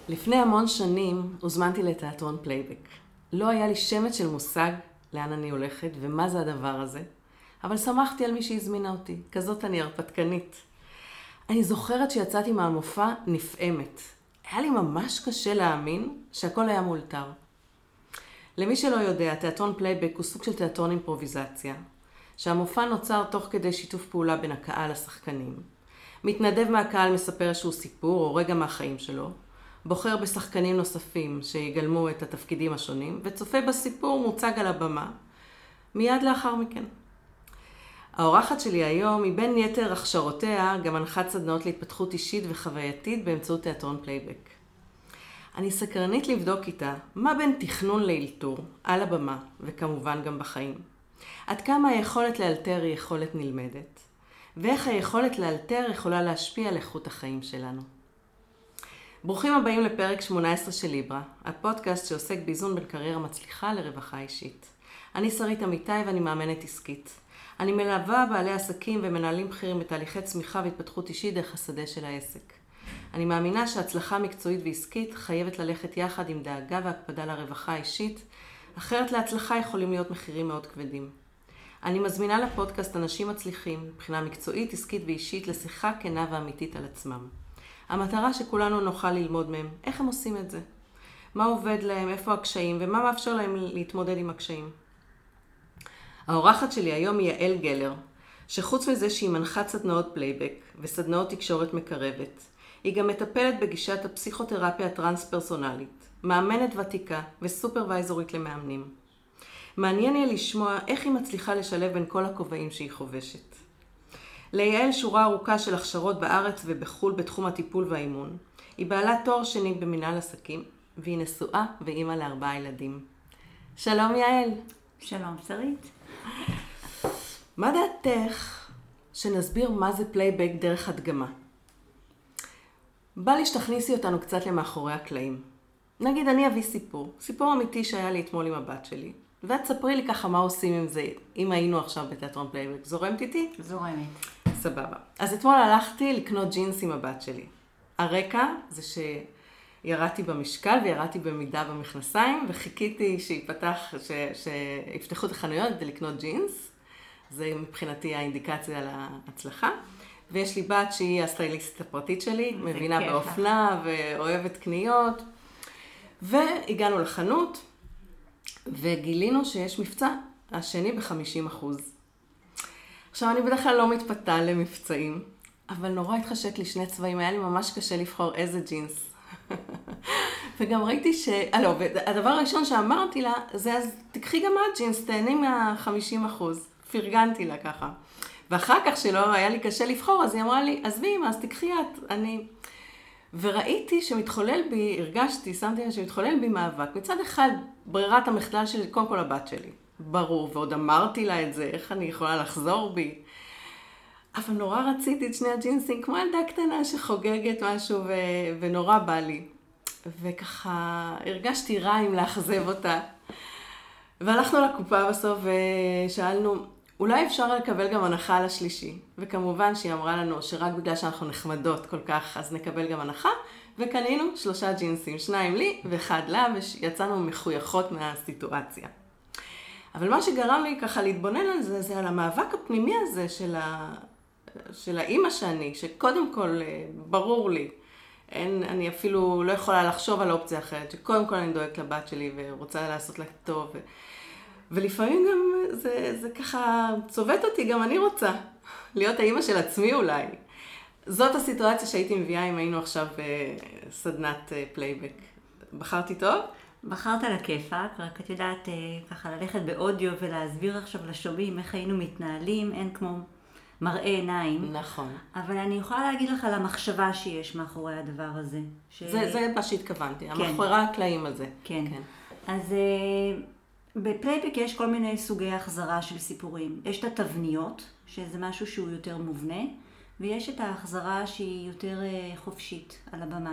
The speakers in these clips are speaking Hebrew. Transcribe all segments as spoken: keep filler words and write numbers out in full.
לפני המון שנים הוזמנתי לתיאטרון פלייבק. לא היה לי שמץ של מושג לאן אני הולכת ומה זה הדבר הזה, אבל שמחתי על מי שהזמינה אותי, כזאת אני הרפתקנית. אני זוכרת שיצאתי מהמופע נפעמת. היה לי ממש קשה להאמין שהכל היה מאולתר. למי שלא יודע, תיאטרון פלייבק הוא סוג של תיאטרון אימפרוביזציה, שהמופע נוצר תוך כדי שיתוף פעולה בין הקהל לשחקנים. מתנדב מהקהל מספר איזשהו סיפור או רגע מהחיים שלו, בוחר בשחקנים נוספים שיגלמו את התפקידים השונים, וצופה בסיפור מוצג על הבמה, מיד לאחר מכן. האורחת שלי היום היא בין יתר הכשרותיה גם מנחת סדנאות להתפתחות אישית וחווייתית באמצעות תיאטרון פלייבק. אני סקרנית לבדוק איתה מה בין תכנון לאלתור, על הבמה וכמובן גם בחיים. עד כמה היכולת לאלתר היא יכולת נלמדת, ואיך היכולת לאלתר יכולה להשפיע על איכות החיים שלנו. ברוכים הבאים לפרק שמונה עשרה של ליברה, הפודקאסט שעוסק באיזון בין קריירה מצליחה לרווחה אישית. אני שרית אמיתי ואני מאמנת עסקית. אני מלווה בעלי עסקים ומנהלים בכירים בתהליכי צמיחה והתפתחות אישית דרך השדה של העסק. אני מאמינה שהצלחה מקצועית ועסקית חייבת ללכת יחד עם דאגה והקפדה לרווחה האישית, אחרת להצלחה יכולים להיות מחירים מאוד כבדים. אני מזמינה לפודקאסט אנשים מצליחים, מבחינה מקצועית, עסקית ואישית, לשיחה כנה ואמיתית על עצמם. המטרה שכולנו נוכל ללמוד מהם, איך הם עושים את זה, מה עובד להם, איפה הקשיים ומה מאפשר להם להתמודד עם הקשיים. האורחת שלי היום היא יעל גלר, שחוץ מזה שהיא מנחת סדנאות פלייבק וסדנאות תקשורת מקרבת, היא גם מטפלת בגישת הפסיכותרפיה הטרנס-פרסונלית, מאמנת ותיקה וסופרוויזורית למאמנים. מעניין יהיה לשמוע איך היא מצליחה לשלב בין כל הכובעים שהיא חובשת. ליעל שורה ארוכה של הכשרות בארץ ובחול בתחום הטיפול והאימון. היא בעלת תואר שני במנהל עסקים, והיא נשואה ואימא לארבעה ילדים. שלום יעל. שלום שרית. מה דעתך שנסביר מה זה פלייבק דרך הדגמה? בא לי שתכניסי אותנו קצת למאחורי הקלעים. נגיד אני אביא סיפור, סיפור אמיתי שהיה לי אתמול עם הבת שלי. ואת ספרי לי ככה מה עושים עם זה, אם היינו עכשיו בתיאטרון פלייבק. זורמת איתי? זורמת. סבבה. אז אתמול הלכתי לקנות ג'ינס עם הבת שלי. הרקע זה שירדתי במשקל וירדתי במידה במכנסיים, וחיכיתי שיפתח, ש... שיפתחו את החנויות כדי לקנות ג'ינס. זה מבחינתי האינדיקציה להצלחה. ויש לי בת שהיא הסטייליסטית הפרטית שלי, מבינה באופנה ואוהבת קניות. והגענו לחנות, וגילינו שיש מבצע, השני ב-חמישים אחוז. עכשיו, אני בדרך כלל לא מתפתה למבצעים, אבל נורא התחשק לי שני צבעים, היה לי ממש קשה לבחור איזה ג'ינס. וגם ראיתי ש... אה, לא, הדבר הראשון שאמרתי לה, זה אז תקחי גם את ג'ינס, תהני מה-חמישים אחוז. פרגנתי לה ככה. ואחר כך שלא היה לי קשה לבחור, אז היא אמרה לי, עזבי, אז תקחי את, אני... וראיתי שמתחולל בי, הרגשתי, שמתי לה שמתחולל בי מאבק. מצד אחד, ברירת המחדל שלי, קודם כל הבת שלי. ברור, ועוד אמרתי לה את זה, איך אני יכולה לחזור בי. אבל נורא רציתי את שני הג'ינסים, כמו ילדה קטנה שחוגגת משהו, ו... ונורא בא לי. וככה הרגשתי רע אם לאכזב אותה. והלכנו לקופה בסוף ושאלנו, אולי אפשר לקבל גם הנחה על השלישי. וכמובן שהיא אמרה לנו שרק בגלל שאנחנו נחמדות כל כך, אז נקבל גם הנחה. וקנינו שלושה ג'ינסים, שניים לי ואחד לה, ויצאנו מחויכות מהסיטואציה. אבל מה שגרם לי ככה להתבונן על זה, זה על המאבק הפנימי הזה של, ה... של האמא שאני, שקודם כל ברור לי, אין, אני אפילו לא יכולה לחשוב על אופציה אחרת, שקודם כל אני דואגת לבת שלי ורוצה לעשות לה טוב. ו... ולפעמים גם זה, זה ככה צובט אותי, גם אני רוצה להיות האמא של עצמי אולי. זאת הסיטואציה שהייתי מביאה אם היינו עכשיו בסדנת פלייבק. בחרתי טוב? בחרת על הכיפק, רק את יודעת ככה ללכת באודיו ולהסביר עכשיו לשומעים איך היינו מתנהלים, אין כמו מראה עיניים. נכון. אבל אני יכולה להגיד לך על המחשבה שיש מאחורי הדבר הזה. ש... זה, זה מה שהתכוונתי, כן. המאחורי הקלעים הזה. כן. כן. אז בפלייבק יש כל מיני סוגי החזרה של סיפורים. יש את התבניות, שזה משהו שהוא יותר מובנה, ויש את ההחזרה שהיא יותר חופשית על הבמה.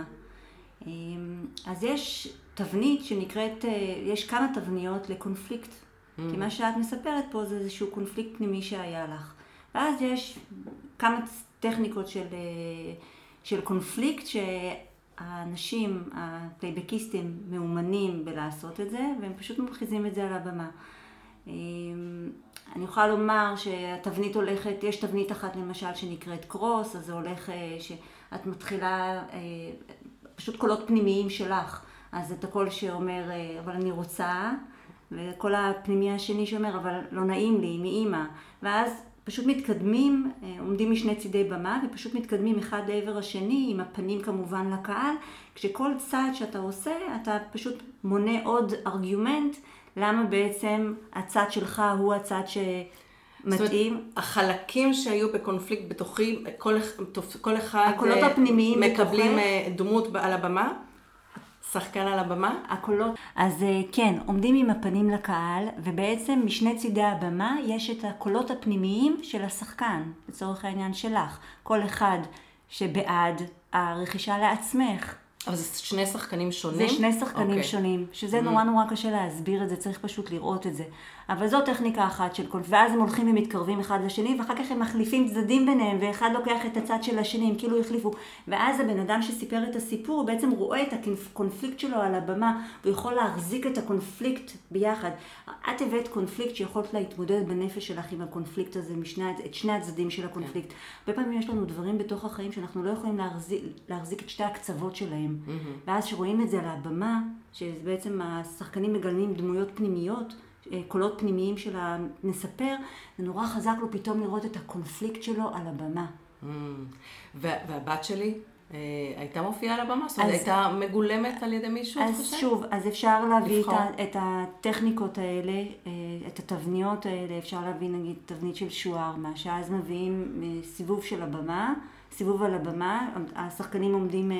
אז יש תבנית שנקראת, יש כמה תבניות לקונפליקט. Mm. כי מה שאת מספרת פה זה איזשהו קונפליקט פנימי שהיה לך. ואז יש כמה טכניקות של, של קונפליקט האנשים, הפלייבקיסטים, מאומנים בלעשות את זה, והם פשוט מכריזים את זה על הבמה. אני יכולה לומר שהתבנית הולכת, יש תבנית אחת למשל שנקראת קרוס, אז זה הולך שאת מתחילה פשוט קולות פנימיים שלך. אז את הקול שאומר, אבל אני רוצה, וכל הפנימי השני שאומר, אבל לא נעים לי, מאמא. ואז פשוט מתקדמים, עומדים משני צידי במה, ופשוט מתקדמים אחד לעבר השני, עם הפנים כמובן לקהל, כשכל צעד שאתה עושה, אתה פשוט מונה עוד ארגומנט, למה בעצם הצד שלך הוא הצד שמתאים. זאת אומרת, החלקים שהיו בקונפליקט בתוכי, כל, כל אחד הקולות הפנימיים מקבלים בתוכך, דמות על הבמה? שחקן על הבמה? הקולות. אז כן, עומדים עם הפנים לקהל, ובעצם משני צידי הבמה יש את הקולות הפנימיים של השחקן, לצורך העניין שלך. כל אחד שבעד הרכישה לעצמך. אבל זה שני שחקנים שונים? זה שני שחקנים okay. שונים, שזה נורא נורא קשה להסביר את זה, צריך פשוט לראות את זה. אבל זו טכניקה אחת של קונפליקט, ואז הם הולכים ומתקרבים אחד לשני, ואחר כך הם מחליפים צדדים ביניהם, ואחד לוקח את הצד של השני, הם כאילו החליפו. ואז הבן אדם שסיפר את הסיפור, הוא בעצם רואה את הקונפליקט שלו על הבמה, הוא יכול להחזיק את הקונפליקט ביחד. את הבאת קונפליקט שיכולת להתמודד בנפש שלך עם הקונפליקט הזה, משני, את שני הצדדים של הקונפליקט. הרבה פעמים יש לנו דברים בתוך החיים שאנחנו לא יכולים להחזיק, להחזיק את שתי הקצוות שלהם. ואז שרואים את זה על הבמה, שבעצם השחקנים מגלמים דמויות פנימיות, קולות פנימיים של המספר, זה נורא חזק לו פתאום לראות את הקונפליקט שלו על הבמה. והבת שלי הייתה מופיעה על הבמה? זאת אומרת, הייתה מגולמת על ידי מישהו? אז שוב, אז אפשר להביא את הטכניקות האלה, את התבניות האלה, אפשר להביא נגיד תבנית של שוארמה, שאז מביאים סיבוב של הבמה, סיבוב על הבמה, השחקנים עומדים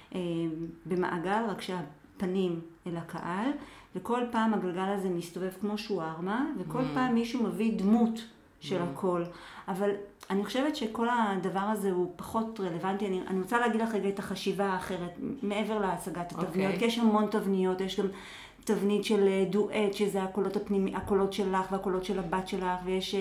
במעגל, רק שהפנים אל הקהל, וכל פעם הגלגל הזה מסתובב כמו שוארמה, וכל mm. פעם מישהו מביא דמות של mm. הכל. אבל אני חושבת שכל הדבר הזה הוא פחות רלוונטי. אני, אני רוצה להגיד לך רגע את החשיבה האחרת, מעבר להשגת התבניות, okay. כי יש המון תבניות, יש גם תבנית של דואט, שזה הקולות הפנימי, הקולות שלך והקולות של הבת שלך, ויש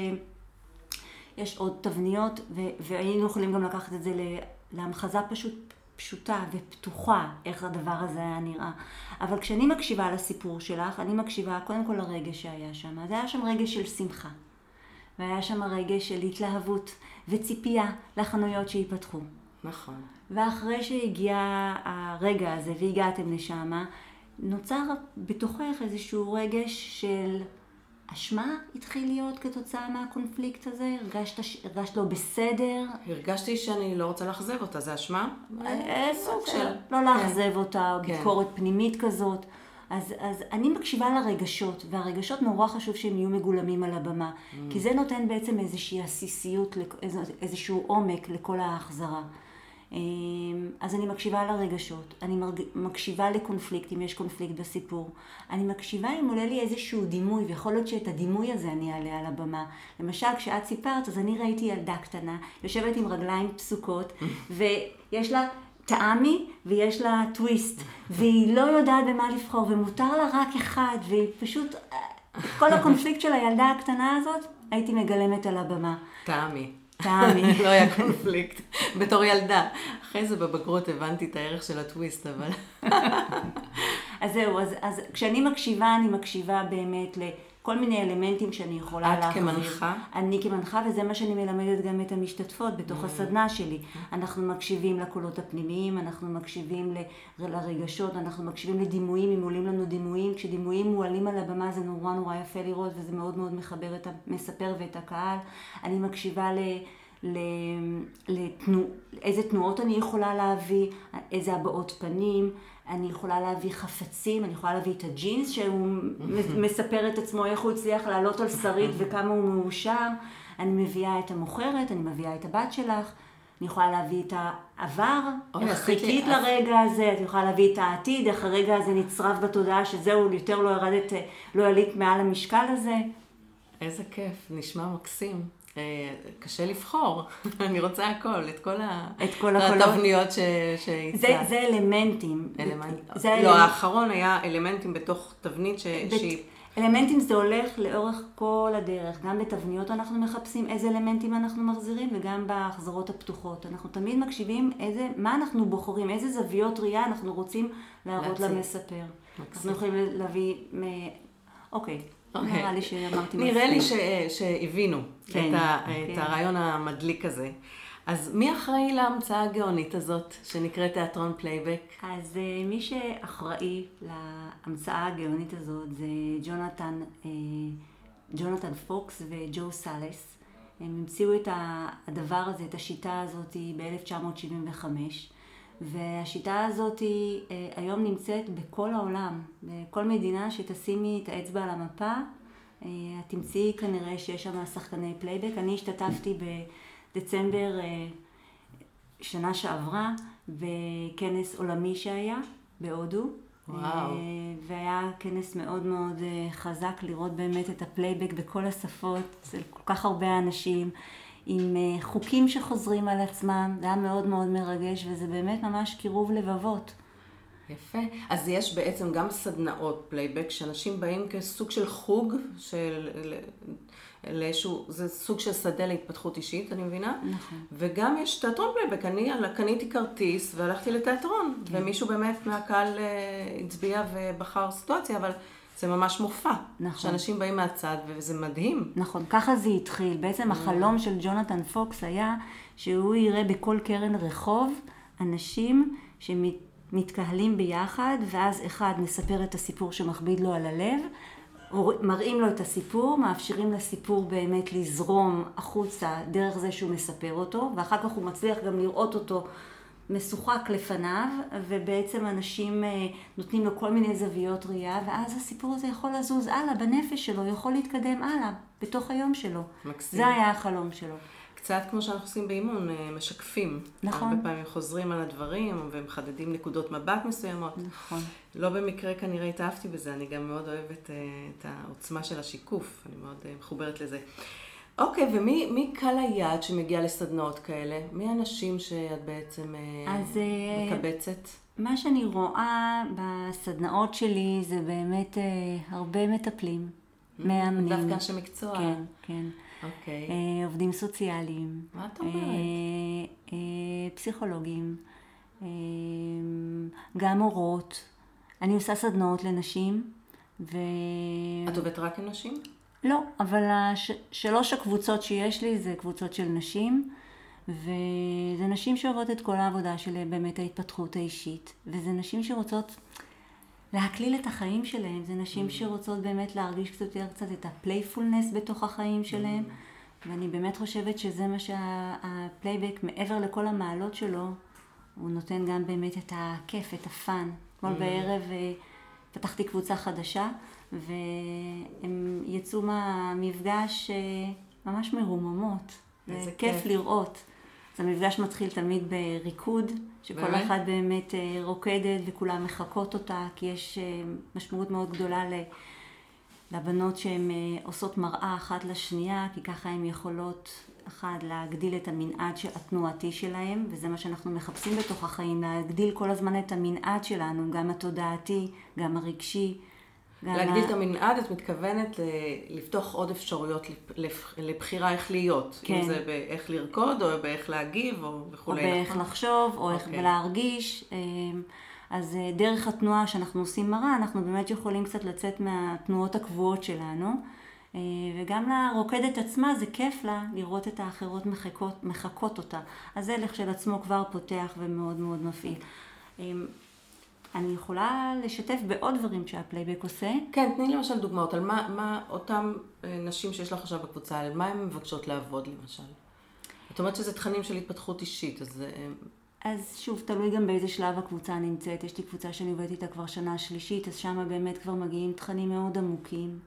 יש עוד תבניות, ו, והיינו יכולים גם לקחת את זה להמחזה פשוט פשוטה ופתוחה, איך הדבר הזה היה נראה. אבל כשאני מקשיבה לסיפור שלך, אני מקשיבה קודם כל לרגש שהיה שם. אז היה שם רגש של שמחה, והיה שם רגש של התלהבות וציפייה לחנויות שיפתחו. נכון. ואחרי שהגיע הרגע הזה והגעתם לשם, נוצר בתוכך איזשהו רגש של אשמה התחיל להיות כתוצאה מהקונפליקט הזה? הרגשת, הרגשת לו בסדר? הרגשתי שאני לא רוצה לאכזב אותה, זה אשמה? סוג של... לא לאכזב אותה, או ביקורת פנימית כזאת. אז, אז אני מקשיבה לרגשות, והרגשות נורא חשוב שהם יהיו מגולמים על הבמה, כי זה נותן בעצם איזושהי עסיסיות, איזשהו עומק לכל ההחזרה. אז אני מקשיבה לרגשות, אני מקשיבה לקונפליקט, אם יש קונפליקט בסיפור. אני מקשיבה אם עולה לי איזשהו דימוי, ויכול להיות שאת הדימוי הזה אני אעלה על הבמה. למשל, כשאת סיפרת, אז אני ראיתי ילדה קטנה, יושבת עם רגליים פסוקות, ויש לה טעמי ויש לה טוויסט, והיא לא יודעת במה לבחור, ומותר לה רק אחד, והיא פשוט, כל הקונפליקט של הילדה הקטנה הזאת, הייתי מגלמת על הבמה. טעמי. טעמי. לא היה קונפליקט. בתור ילדה. אחרי זה בבגרות הבנתי את הערך של הטוויסט, אבל... אז זהו, אז, אז כשאני מקשיבה, אני מקשיבה באמת לכל מיני אלמנטים שאני יכולה להחזיר. את כמנחה? אני כמנחה, וזה מה שאני מלמדת גם את המשתתפות בתוך הסדנה שלי. אנחנו מקשיבים לקולות הפנימיים, אנחנו מקשיבים ל- לרגשות, אנחנו מקשיבים לדימויים, אם עולים לנו דימויים. כשדימויים מועלים על הבמה זה נורא נורא יפה לראות, וזה מאוד מאוד מחבר את המספר ואת הקהל. אני מקשיבה ל... לתנוע, איזה תנועות אני יכולה להביא, איזה הבעות פנים, אני יכולה להביא חפצים, אני יכולה להביא את הג'ינס שהוא מספר את עצמו איך הוא הצליח לעלות על שרית וכמה הוא מאושר. אני מביאה את המוכרת, אני מביאה את הבת שלך, אני יכולה להביא את העבר, איך חיכית לרגע הזה, אני יכולה להביא את העתיד, איך הרגע הזה נצרף בתודעה שזהו, יותר לא ירדת, לא עלית מעל המשקל הזה. איזה כיף, נשמע מקסים. קשה לבחור, אני רוצה הכל, את כל התבניות שהצעת. זה אלמנטים. לא, האחרון היה אלמנטים בתוך תבנית שהיא... אלמנטים זה הולך לאורך כל הדרך, גם בתבניות אנחנו מחפשים איזה אלמנטים אנחנו מחזירים, וגם בהחזרות הפתוחות. אנחנו תמיד מקשיבים איזה, מה אנחנו בוחרים, איזה זוויות ראייה אנחנו רוצים להראות למספר. אנחנו יכולים להביא, מ... אוקיי, נראה לי שאמרתי מספיק. נראה לי שהבינו את הרעיון המדליק הזה. אז מי אחראי להמצאה הגאונית הזאת, שנקראת תיאטרון פלייבק? אז מי שאחראי להמצאה הגאונית הזאת זה ג'ונתן, ג'ונתן פוקס וג'ו סלס. הם המציאו את הדבר הזה, את השיטה הזאת ב-אלף תשע מאות שבעים וחמש. והשיטה הזאת היום נמצאת בכל העולם. בכל מדינה שתשימי את האצבע על המפה, את תמצאי כנראה שיש שם שחקני פלייבק. אני השתתפתי ב... דצמבר שנה שעברה בכנס עולמי שהיה בהודו. וואו. והיה כנס מאוד מאוד חזק לראות באמת את הפלייבק בכל השפות, אצל כל כך הרבה אנשים, עם חוקים שחוזרים על עצמם. זה היה מאוד מאוד מרגש, וזה באמת ממש קירוב לבבות. יפה. אז יש בעצם גם סדנאות פלייבק, שאנשים באים כסוג של חוג, של... לאיזשהו, זה סוג של שדה להתפתחות אישית, אני מבינה? נכון. וגם יש תיאטרון פלייבק. אני קניתי כרטיס והלכתי לתיאטרון, כן. ומישהו באמת מהקהל הצביע ובחר סיטואציה, אבל זה ממש מופע. נכון. שאנשים באים מהצד, וזה מדהים. נכון, ככה זה התחיל. בעצם החלום של ג'ונתן פוקס היה שהוא יראה בכל קרן רחוב אנשים שמתקהלים ביחד, ואז אחד מספר את הסיפור שמכביד לו על הלב, מראים לו את הסיפור, מאפשרים לסיפור באמת לזרום החוצה דרך זה שהוא מספר אותו, ואחר כך הוא מצליח גם לראות אותו משוחק לפניו, ובעצם אנשים נותנים לו כל מיני זוויות ראייה, ואז הסיפור הזה יכול לזוז הלאה בנפש שלו, יכול להתקדם הלאה בתוך היום שלו. מקסים. זה היה החלום שלו. קצת כמו שאנחנו עושים באימון, משקפים. נכון. הרבה פעמים חוזרים על הדברים ומחדדים נקודות מבט מסוימות. נכון. לא במקרה כנראה התאהבתי בזה, אני גם מאוד אוהבת את העוצמה של השיקוף, אני מאוד מחוברת לזה. אוקיי, ומי מי קהל היעד שמגיע לסדנאות כאלה? מי האנשים שאת בעצם אז, מקבצת? מה שאני רואה בסדנאות שלי זה באמת הרבה מטפלים, מאמנים. דווקא אנשי מקצוע. כן, כן. אוקיי. Okay. עובדים סוציאליים. מה את אומרת? פסיכולוגים, גם הורות. אני עושה סדנאות לנשים. ו... את עובדת רק עם נשים? לא, אבל הש... שלוש הקבוצות שיש לי זה קבוצות של נשים, וזה נשים שעובדות את כל העבודה של באמת ההתפתחות האישית, וזה נשים שרוצות להקליל את החיים שלהם, זה נשים mm. שרוצות באמת להרגיש קצת יותר קצת את הפלייפולנס בתוך החיים שלהם, mm. ואני באמת חושבת שזה מה שהפלייבק, מעבר לכל המעלות שלו, הוא נותן גם באמת את הכיף, את הפן. אתמול mm. בערב פתחתי קבוצה חדשה, והם יצאו מהמפגש ממש מרוממות. זה כיף, כיף לראות. אז המפגש מתחיל תמיד בריקוד, שכל באמת? אחד באמת רוקדת וכולם מחכות אותה, כי יש משמעות מאוד גדולה לבנות שהן עושות מראה אחת לשנייה, כי ככה הן יכולות, אחד, להגדיל את המנעד התנועתי שלהם, וזה מה שאנחנו מחפשים בתוך החיים, להגדיל כל הזמן את המנעד שלנו, גם התודעתי, גם הרגשי. להגדיל את המנעד, את מתכוונת לפתוח עוד אפשרויות לבחירה איך להיות. כן. אם זה באיך לרקוד, או באיך להגיב, או וכו'. או באיך לחשוב, או איך להרגיש. אז דרך התנועה שאנחנו עושים מראה, אנחנו באמת יכולים קצת לצאת מהתנועות הקבועות שלנו. וגם לרוקדת עצמה זה כיף לה לראות את האחרות מחכות, מחכות אותה. אז הלך של עצמו כבר פותח ומאוד מאוד מפעיל. אני יכולה לשתף בעוד דברים שהפלייבק עושה. כן, תני למשל דוגמאות על מה, מה אותם נשים שיש לך עכשיו בקבוצה, על מה הן מבקשות לעבוד למשל? את אומרת שזה תכנים של התפתחות אישית, אז... אז שוב, תלוי גם באיזה שלב הקבוצה נמצאת. יש לי קבוצה שאני עובדת איתה כבר שנה שלישית, אז שם באמת כבר מגיעים תכנים מאוד עמוקים.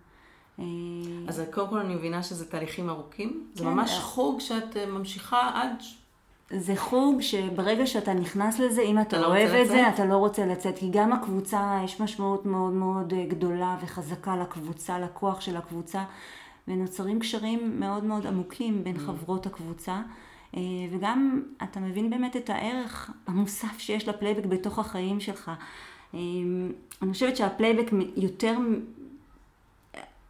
אז קודם כל אני מבינה שזה תהליכים ארוכים? כן. זה ממש חוג שאת ממשיכה עד... זה חוג שברגע שאתה נכנס לזה, אם אתה, אתה אוהב לא את זה, אתה לא רוצה לצאת. כי גם הקבוצה, יש משמעות מאוד מאוד גדולה וחזקה לקבוצה, לכוח של הקבוצה, ונוצרים קשרים מאוד מאוד עמוקים בין mm. חברות הקבוצה. וגם אתה מבין באמת את הערך המוסף שיש לפלייבק בתוך החיים שלך. אני חושבת שהפלייבק יותר...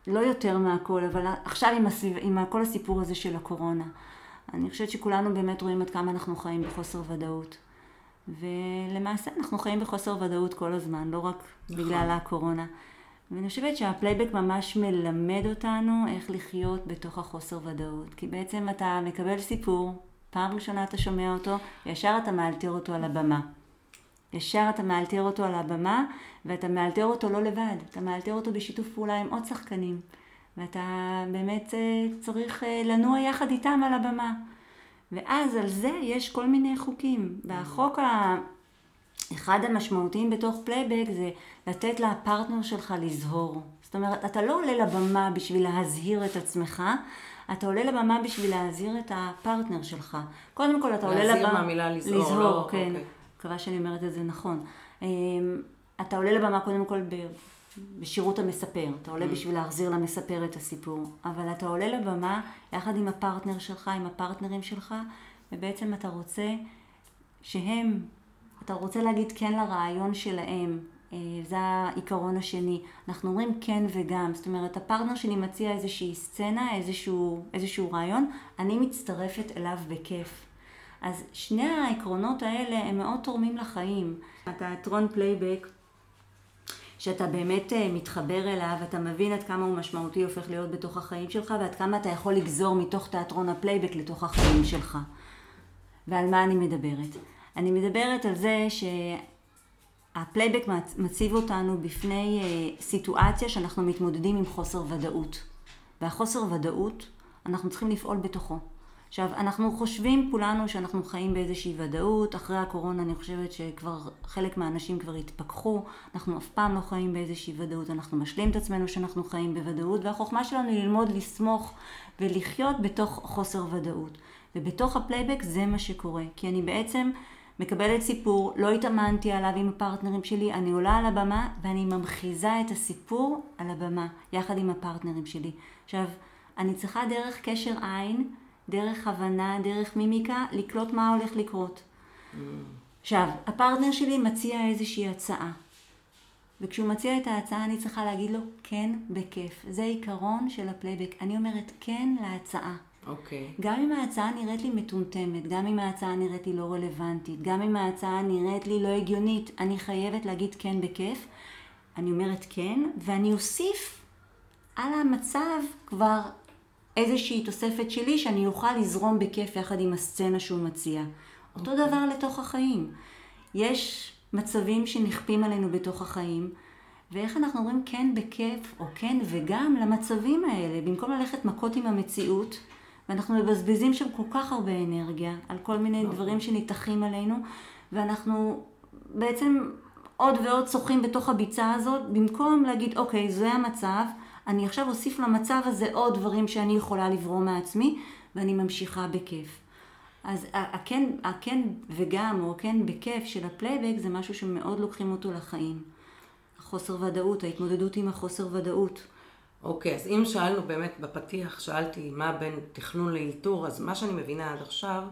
לא יותר מהכל, אבל עכשיו עם, הסביב, עם כל הסיפור הזה של הקורונה, אני חושבת שכולנו באמת רואים עד כמה אנחנו חיים בחוסר ודאות. ולמעשה אנחנו חיים בחוסר ודאות כל הזמן, לא רק נכון. בגלל הקורונה. ואני חושבת שהפלייבק ממש מלמד אותנו איך לחיות בתוך החוסר ודאות. כי בעצם אתה מקבל סיפור, פעם ראשונה אתה שומע אותו, ישר אתה מאלתר אותו על הבמה. ישר אתה מאלתר אותו על הבמה, ואתה מאלתר אותו לא לבד. אתה מאלתר אותו בשיתוף פעולה עם עוד שחקנים. ואתה באמת צריך לנוע יחד איתם על הבמה. ואז על זה יש כל מיני חוקים. והחוק ה... אחד המשמעותיים בתוך פלייבק זה לתת לפרטנר שלך לזהור. זאת אומרת, אתה לא עולה לבמה בשביל להזהיר את עצמך, אתה עולה לבמה בשביל להזהיר את הפרטנר שלך. קודם כל, אתה עולה לבמה... להזהיר מהמילה לזהור. לזהור, לא, כן. אוקיי. מקווה שאני אומרת את זה נכון. אתה עולה לבמה קודם כל ב... בשירות המספר. אתה עולה בשביל להחזיר למספר את הסיפור. אבל אתה עולה לבמה יחד עם הפרטנר שלך, עם הפרטנרים שלך, ובעצם אתה רוצה שהם... אתה רוצה להגיד כן לרעיון שלהם, זה העיקרון השני. אנחנו אומרים כן וגם, זאת אומרת, הפרטנר שלי מציע איזושהי סצנה, איזשהו, איזשהו רעיון, אני מצטרפת אליו בכיף. אז שני העקרונות האלה הם מאוד תורמים לחיים. התיאטרון פלייבק, שאתה באמת מתחבר אליו, אתה מבין עד כמה הוא משמעותי הופך להיות בתוך החיים שלך, ועד כמה אתה יכול לגזור מתוך תיאטרון הפלייבק לתוך החיים שלך. ועל מה אני מדברת? אני מדברת על זה שהפלייבק מציב אותנו בפני סיטואציה שאנחנו מתמודדים עם חוסר ודאות. והחוסר ודאות, אנחנו צריכים לפעול בתוכו. עכשיו, אנחנו חושבים כולנו שאנחנו חיים באיזושהי ודאות. אחרי הקורונה אני חושבת שכבר חלק מהאנשים כבר התפכחו. אנחנו אף פעם לא חיים באיזושהי ודאות. אנחנו משלים את עצמנו שאנחנו חיים בוודאות. והחוכמה שלנו היא ללמוד לסמוך ולחיות בתוך חוסר ודאות. ובתוך הפלייבק זה מה שקורה. כי אני בעצם... מקבלת סיפור, לא התאמנתי עליו עם הפרטנרים שלי, אני עולה על הבמה ואני ממחיזה את הסיפור על הבמה, יחד עם הפרטנרים שלי. עכשיו, אני צריכה דרך קשר עין, דרך הבנה, דרך מימיקה, לקלוט מה הולך לקרות. Mm. עכשיו, הפרטנר שלי מציע איזושהי הצעה. וכשהוא מציע את ההצעה, אני צריכה להגיד לו, כן, בכיף. זה עיקרון של הפלייבק. אני אומרת, כן להצעה. אוקיי. Okay. גם אם ההצעה נראית לי מטומטמת, גם אם ההצעה נראית לי לא רלוונטית, גם אם ההצעה נראית לי לא הגיונית, אני חייבת להגיד כן בכיף. אני אומרת כן, ואני אוסיף על המצב כבר איזושהי תוספת שלי, שאני אוכל לזרום בכיף יחד עם הסצנה שהוא מציע. Okay. אותו דבר לתוך החיים. יש מצבים שנכפים עלינו בתוך החיים, ואיך אנחנו אומרים כן בכיף, או כן וגם למצבים האלה, במקום ללכת מכות עם המציאות, ואנחנו מבזבזים שם כל כך הרבה אנרגיה, על כל מיני דברים שניתחים עלינו, ואנחנו בעצם עוד ועוד שוחים בתוך הביצה הזאת, במקום להגיד, אוקיי, זה המצב, אני עכשיו אוסיף למצב הזה עוד דברים שאני יכולה לברום מעצמי, ואני ממשיכה בכיף. אז הכן, הכן וגם, או הכן בכיף של הפלייבק, זה משהו שמאוד לוקחים אותו לחיים. החוסר ודאות, ההתמודדות עם החוסר ודאות. אוקיי, אז אם שאלנו באמת בפתיח, שאלתי מה בין תכנון לאלתור, אז מה שאני מבינה עד עכשיו,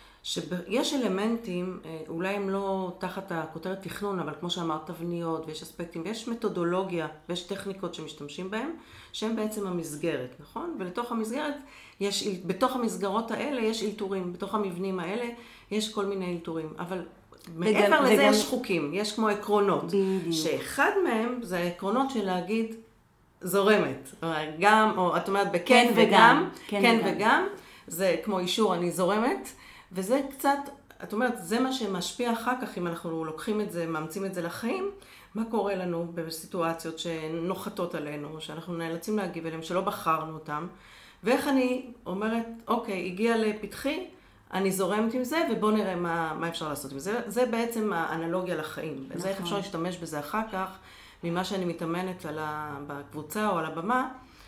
שיש אלמנטים, אולי הם לא תחת הכותרת תכנון, אבל כמו שאמרת, תבניות ויש אספקטים, ויש מתודולוגיה ויש טכניקות שמשתמשים בהם, שהם בעצם המסגרת, נכון? ולתוך המסגרת, יש, בתוך המסגרות האלה יש אלתורים, בתוך המבנים האלה יש כל מיני אלתורים, אבל מעבר לזה וגם... יש חוקים, יש כמו עקרונות, בדיוק. שאחד מהם זה העקרונות של להגיד זורמת, גם, או את אומרת בכן כן וגם, וגם, כן, כן וגם. וגם, זה כמו אישור אני זורמת, וזה קצת, את אומרת, זה מה שמשפיע אחר כך, אם אנחנו לוקחים את זה, מאמצים את זה לחיים, מה קורה לנו בסיטואציות שנוחתות עלינו, שאנחנו נאלצים להגיב אליהם, שלא בחרנו אותם, ואיך אני אומרת, אוקיי, הגיע לפתחי, אני זורמת עם זה, ובוא נראה מה, מה אפשר לעשות עם זה. זה בעצם האנלוגיה לחיים. נכון. זה איך אפשר להשתמש בזה אחר כך, ממה שאני מתאמנת על ה, בקבוצה או על הבמה,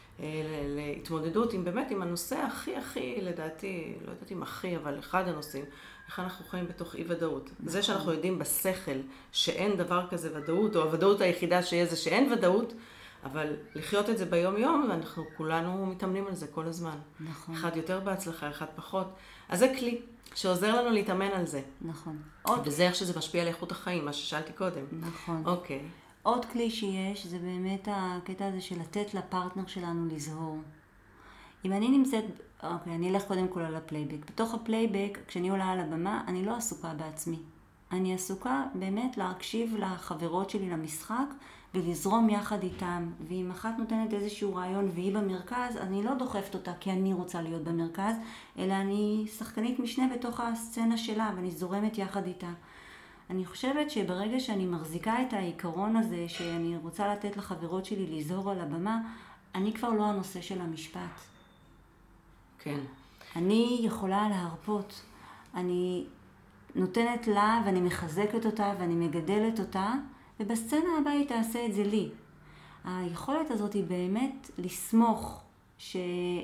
להתמודדות עם באמת, עם הנושא הכי הכי, לדעתי, לא יודעת אם הכי, אבל אחד הנושאים, איך אנחנו חיים בתוך אי ודאות. נכון. זה שאנחנו יודעים בשכל שאין דבר כזה ודאות, או הוודאות היחידה שיהיה זה שאין ודאות, אבל לחיות את זה ביום יום, ואנחנו כולנו מתאמנים על זה כל הזמן. נכון. אחד יותר בהצלחה, אחד פחות. אז זה כלי שעוזר לנו להתאמן על זה. נכון. וזה איך שזה משפיע על איכות החיים, מה ששאלתי קודם. נכון. אוקיי. עוד כלי שיש, זה באמת הקטע הזה של לתת לפרטנר שלנו לזהור. אם אני נמצאת, אוקיי, אני אלך קודם כל על הפלייבק. בתוך הפלייבק, כשאני עולה על הבמה, אני לא עסוקה בעצמי. אני עסוקה באמת להקשיב לחברות שלי למשחק, ולזרום יחד איתם. ואם אחת נותנת איזשהו רעיון והיא במרכז, אני לא דוחפת אותה כי אני רוצה להיות במרכז, אלא אני שחקנית משנה בתוך הסצנה שלה, ואני זורמת יחד איתה. אני חושבת שברגע שאני מחזיקה את העיקרון הזה, שאני רוצה לתת לחברות שלי לזהור על הבמה, אני כבר לא הנושא של המשפט. כן. אני יכולה להרפות. אני נותנת לה ואני מחזקת אותה ואני מגדלת אותה, ובסצנה הבאה היא תעשה את זה לי. היכולת הזאת היא באמת לסמוך, ש...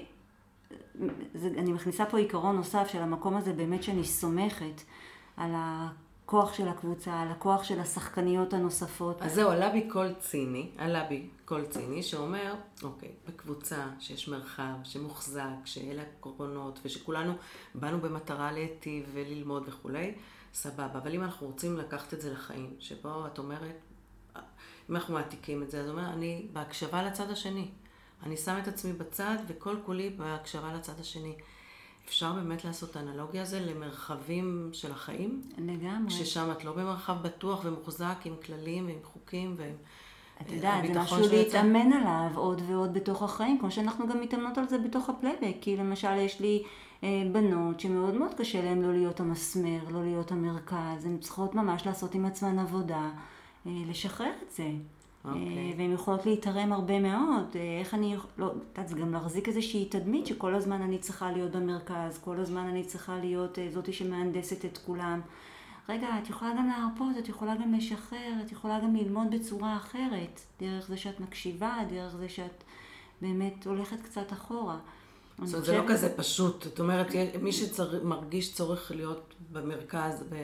אני מכניסה פה עיקרון נוסף של המקום הזה באמת שאני סומכת על הכוח של הקבוצה, על הכוח של השחקניות הנוספות. אז זהו, עלה בי קול ציני, עלה בי קול ציני שאומר, אוקיי, בקבוצה שיש מרחב, שמוחזק, שאלה הקורבנות ושכולנו באנו במטרה להיטיב וללמוד וכולי, סבבה. אבל אם אנחנו רוצים לקחת את זה לחיים, שבו את אומרת, אם אנחנו מעתיקים את זה, אז אומר, אני בהקשבה לצד השני. אני שם את עצמי בצד וכל כולי בהקשבה לצד השני. אפשר באמת לעשות אנלוגיה הזה למרחבים של החיים? לגמרי. ששם את לא במרחב בטוח ומוחזק עם כללים ועם חוקים ועם את יודעת, זה משהו להתאמן עליו עוד ועוד בתוך החיים, כמו שאנחנו גם מתאמנות על זה בתוך הפלייבק. כי למשל יש לי אה, בנות שמאוד מאוד קשה להן לא להיות המסמר, לא להיות המרכז. הן צריכות ממש לעשות עם עצמן עבודה, אה, לשחרר את זה. Okay. והן יכולות להתערם הרבה מאוד. איך אני, לא, זה גם להחזיק איזושהי תדמית שכל הזמן אני צריכה להיות במרכז, כל הזמן אני צריכה להיות זאתי שמהנדסת את כולם. רגע, את יכולה גם להרפות, את יכולה גם לשחרר, את יכולה גם ללמוד בצורה אחרת, דרך זה שאת מקשיבה, דרך זה שאת באמת הולכת קצת אחורה. זאת אומרת, זה לא כזה פשוט. זאת אומרת, מי שמרגיש צורך להיות במרכז ו...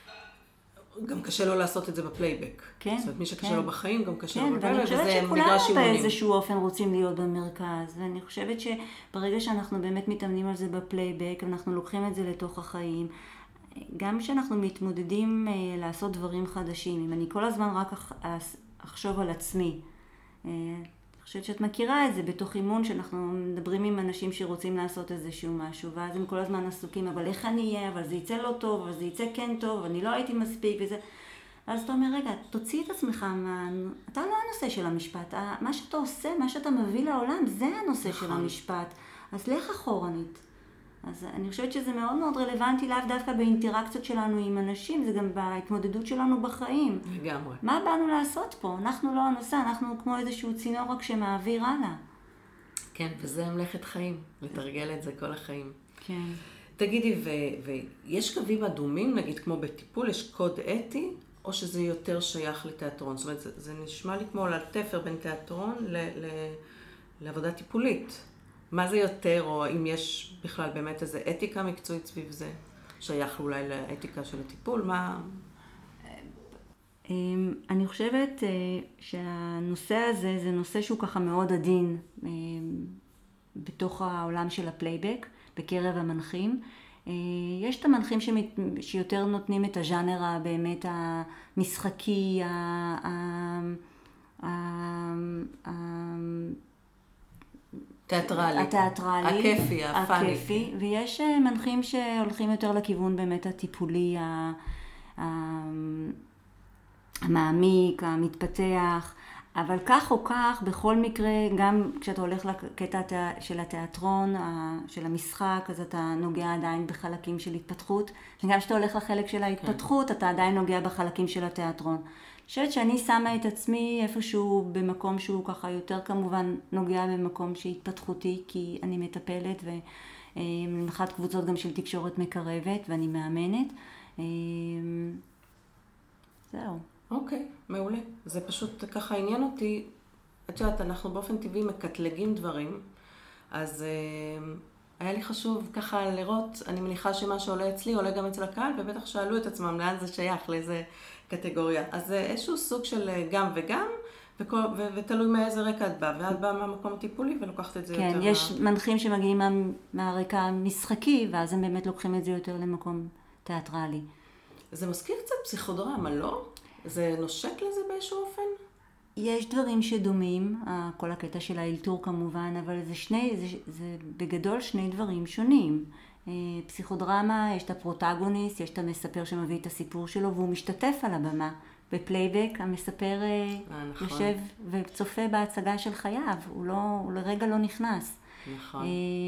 גם קשה לו לעשות את זה בפלייבק. כן. זאת אומרת, מי שקשה כן. לו בחיים, גם קשה כן, לו בפלייבק, וזה וזה מגרש אימונים. שכולנו באיזשהו אופן רוצים להיות במרכז, ואני חושבת שברגע שאנחנו באמת מתאמנים על זה בפלייבק, אנחנו לוקחים את זה לתוך החיים, גם כשאנחנו מתמודדים לעשות דברים חדשים, אם אני כל הזמן רק אחשוב על עצמי, אני חושבת שאת מכירה את זה בתוך אימון, שאנחנו מדברים עם אנשים שרוצים לעשות איזשהו משהו, ואז הם כל הזמן עסוקים, אבל איך אני אהיה, אבל זה יצא לא טוב, אבל זה יצא כן טוב, אני לא הייתי מספיק וזה. ואז אתה אומר, רגע, תוציא את עצמך, מה... אתה לא הנושא של המשפט, מה שאתה עושה, מה שאתה מביא לעולם, זה הנושא של המשפט. אז לך אחורנית. אז אני חושבת שזה מאוד מאוד רלוונטי, לאו דווקא באינטראקציות שלנו עם אנשים, זה גם בהתמודדות שלנו בחיים. לגמרי. מה באנו לעשות פה? אנחנו לא הנושא, אנחנו כמו איזשהו צינור רק שמעביר הלאה. כן, וזה מלאכת חיים, לתרגל את זה כל החיים. כן. תגידי, ויש קווים אדומים, נגיד כמו בטיפול, יש קוד אתי, או שזה יותר שייך לתיאטרון? זאת אומרת, זה, זה נשמע לי כמו לתפר בין תיאטרון ל, ל, לעבודה טיפולית. מה זה יותר, או אם יש בכלל באמת איזו אתיקה מקצועית סביב זה? שייך אולי לאתיקה של הטיפול? מה... אני חושבת שהנושא הזה זה נושא שהוא ככה מאוד עדין בתוך העולם של הפלייבק, בקרב המנחים. יש את המנחים שמת... שיותר נותנים את הז'אנר הבאמת המשחקי, ה... ה... ה... תיאטרלי, התיאטרלי, הכיפי, הפאני. הכיפי, ויש מנחים שהולכים יותר לכיוון באמת הטיפולי, המעמיק, המתפתח, אבל כך או כך, בכל מקרה, גם כשאתה הולך לקטע של התיאטרון, של המשחק, אז אתה נוגע עדיין בחלקים של התפתחות, וגם כשאתה הולך לחלק של ההתפתחות, אתה עדיין נוגע בחלקים של התיאטרון. אני חושבת שאני שמה את עצמי איפשהו במקום שהוא ככה יותר כמובן נוגע במקום שהתפתחותי, כי אני מטפלת ומנחת קבוצות גם של תקשורת מקרבת ואני מאמנת. זהו. אוקיי, מעולה. זה פשוט ככה עניין אותי. את יודעת, אנחנו באופן טבעי מקטלגים דברים, אז היה לי חשוב ככה לראות, אני מניחה שמה שעולה אצלי עולה גם אצל הקהל, ובטח שאלו את עצמם לאן זה שייך, לאיזה קטגוריה. אז זה איזשהו סוג של גם וגם, וכל, ו- ותלוי מאיזה רקע את באה, ואת באה מהמקום הטיפולי ולוקחת את זה כן, יותר... כן, יש מה... מנחים שמגיעים מה, מהרקע המשחקי, ואז הם באמת לוקחים את זה יותר למקום תיאטרלי. זה מזכיר קצת פסיכודרמה, לא? זה נושק לזה באיזשהו אופן? יש דברים שדומים, כל הקטע של האלתור כמובן, אבל זה שני, זה, זה בגדול שני דברים שונים. פסיכודרמה, יש את הפרוטגוניסט, יש את המספר שמביא את הסיפור שלו, והוא משתתף על הבמה. בפלייבק המספר נכון. יושב וצופה בהצגה של חייו, הוא, לא, הוא לרגע לא נכנס. נכון.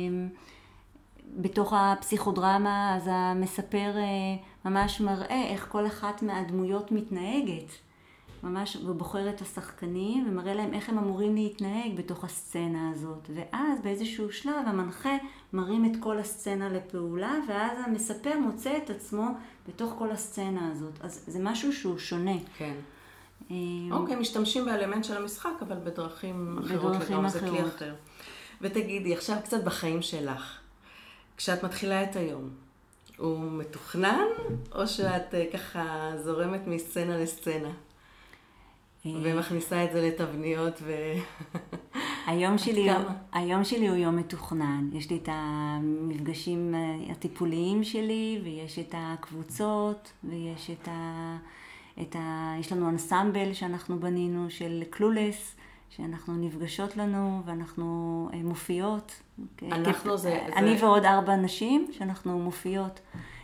בתוך הפסיכודרמה, אז המספר ממש מראה איך כל אחת מהדמויות מתנהגת. ממש הוא בוחר את השחקנים ומראה להם איך הם אמורים להתנהג בתוך הסצנה הזאת. ואז באיזשהו שלב המנחה מרים את כל הסצנה לפעולה, ואז המספר מוצא את עצמו בתוך כל הסצנה הזאת. אז זה משהו שהוא שונה. כן. אוקיי, משתמשים באלמנט של המשחק, אבל בדרכים אחרות לגמרי, זה כלי אחר. ותגידי, עכשיו קצת בחיים שלך. כשאת מתחילה את היום, הוא מתוכנן, או שאת ככה זורמת מסצנה לסצנה? ומכניסה את זה לתבניות ו... היום שלי, היום שלי הוא יום מתוכנן. יש לי את המפגשים הטיפוליים שלי, ויש את הקבוצות, ויש את ה... את ה... יש לנו אנסמבל שאנחנו בנינו של קלולס, שאנחנו נפגשות לנו, ואנחנו מופיעות. אנחנו זה... אני זה... ועוד ארבע נשים שאנחנו מופיעות.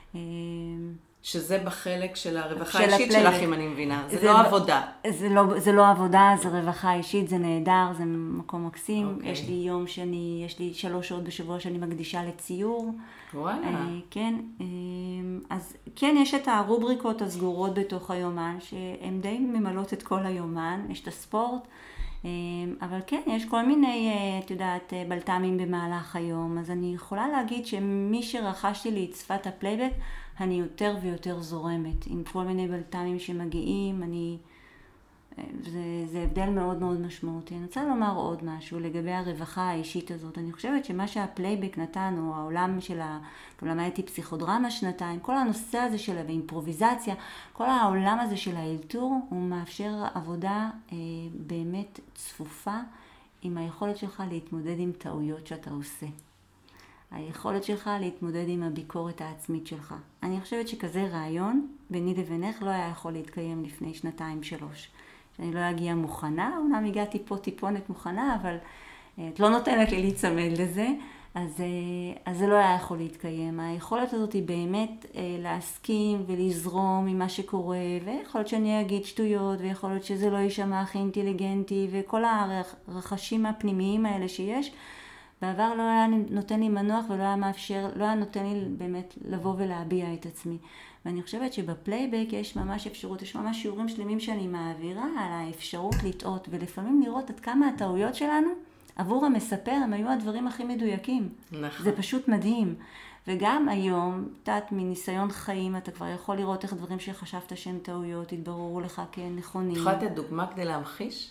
שזה בחלק של הרווחה האישית שלך, אם אני מבינה. זה, זה לא עבודה. זה לא, זה לא עבודה, זה רווחה אישית, זה נהדר, זה מקום מקסים. Okay. יש לי יום שאני, יש לי שלוש שעות בשבוע שאני מקדישה לציור. וואלה. כן, אז כן, יש את הרובריקות הסגורות בתוך היומן, שהן די ממלאות את כל היומן, יש את הספורט, אבל כן, יש כל מיני, את יודעת, בלת"מים במהלך היום, אז אני יכולה להגיד שמי שרכשתי לי את שפת הפלייבק, אני יותר ויותר זורמת, עם כל מיני בלת"מים שמגיעים, אני, זה, זה הבדל מאוד מאוד משמעותי. אני רוצה לומר עוד משהו לגבי הרווחה האישית הזאת. אני חושבת שמה שהפלייבק נתן, או העולם של ה... למדתי פסיכודרמה שנתיים, כל הנושא הזה של האימפרוביזציה, כל העולם הזה של האלתור, הוא מאפשר עבודה אה, באמת צפופה, עם היכולת שלך להתמודד עם טעויות שאתה עושה. היכולת שלך להתמודד עם הביקורת העצמית שלך. אני חושבת שכזה רעיון ביני לבינך לא היה יכול להתקיים לפני שנתיים שלוש. שאני לא אגיע מוכנה, אומנם הגעתי פה טיפונת מוכנה, אבל את לא נותנת לי להיצמד לזה, אז, אז זה לא היה יכול להתקיים. היכולת הזאת היא באמת להסכים ולזרום עם מה שקורה, ויכול להיות שאני אגיד שטויות, ויכול להיות שזה לא יישמע הכי אינטליגנטי, וכל הרחשים הפנימיים האלה שיש, בעבר לא היה נותן לי מנוח ולא היה מאפשר, לא היה נותן לי באמת לבוא ולהביע את עצמי. ואני חושבת שבפלייבק יש ממש אפשרות, יש ממש שיעורים שלמים שאני מעבירה על האפשרות לטעות, ולפעמים לראות עד כמה הטעויות שלנו עבור המספר הם היו הדברים הכי מדויקים. נכון. זה פשוט מדהים. וגם היום, תת מניסיון חיים, אתה כבר יכול לראות איך דברים שחשבת שהם טעויות, התבררו לך כנכונים. יכולת את דוגמה כדי להמחיש?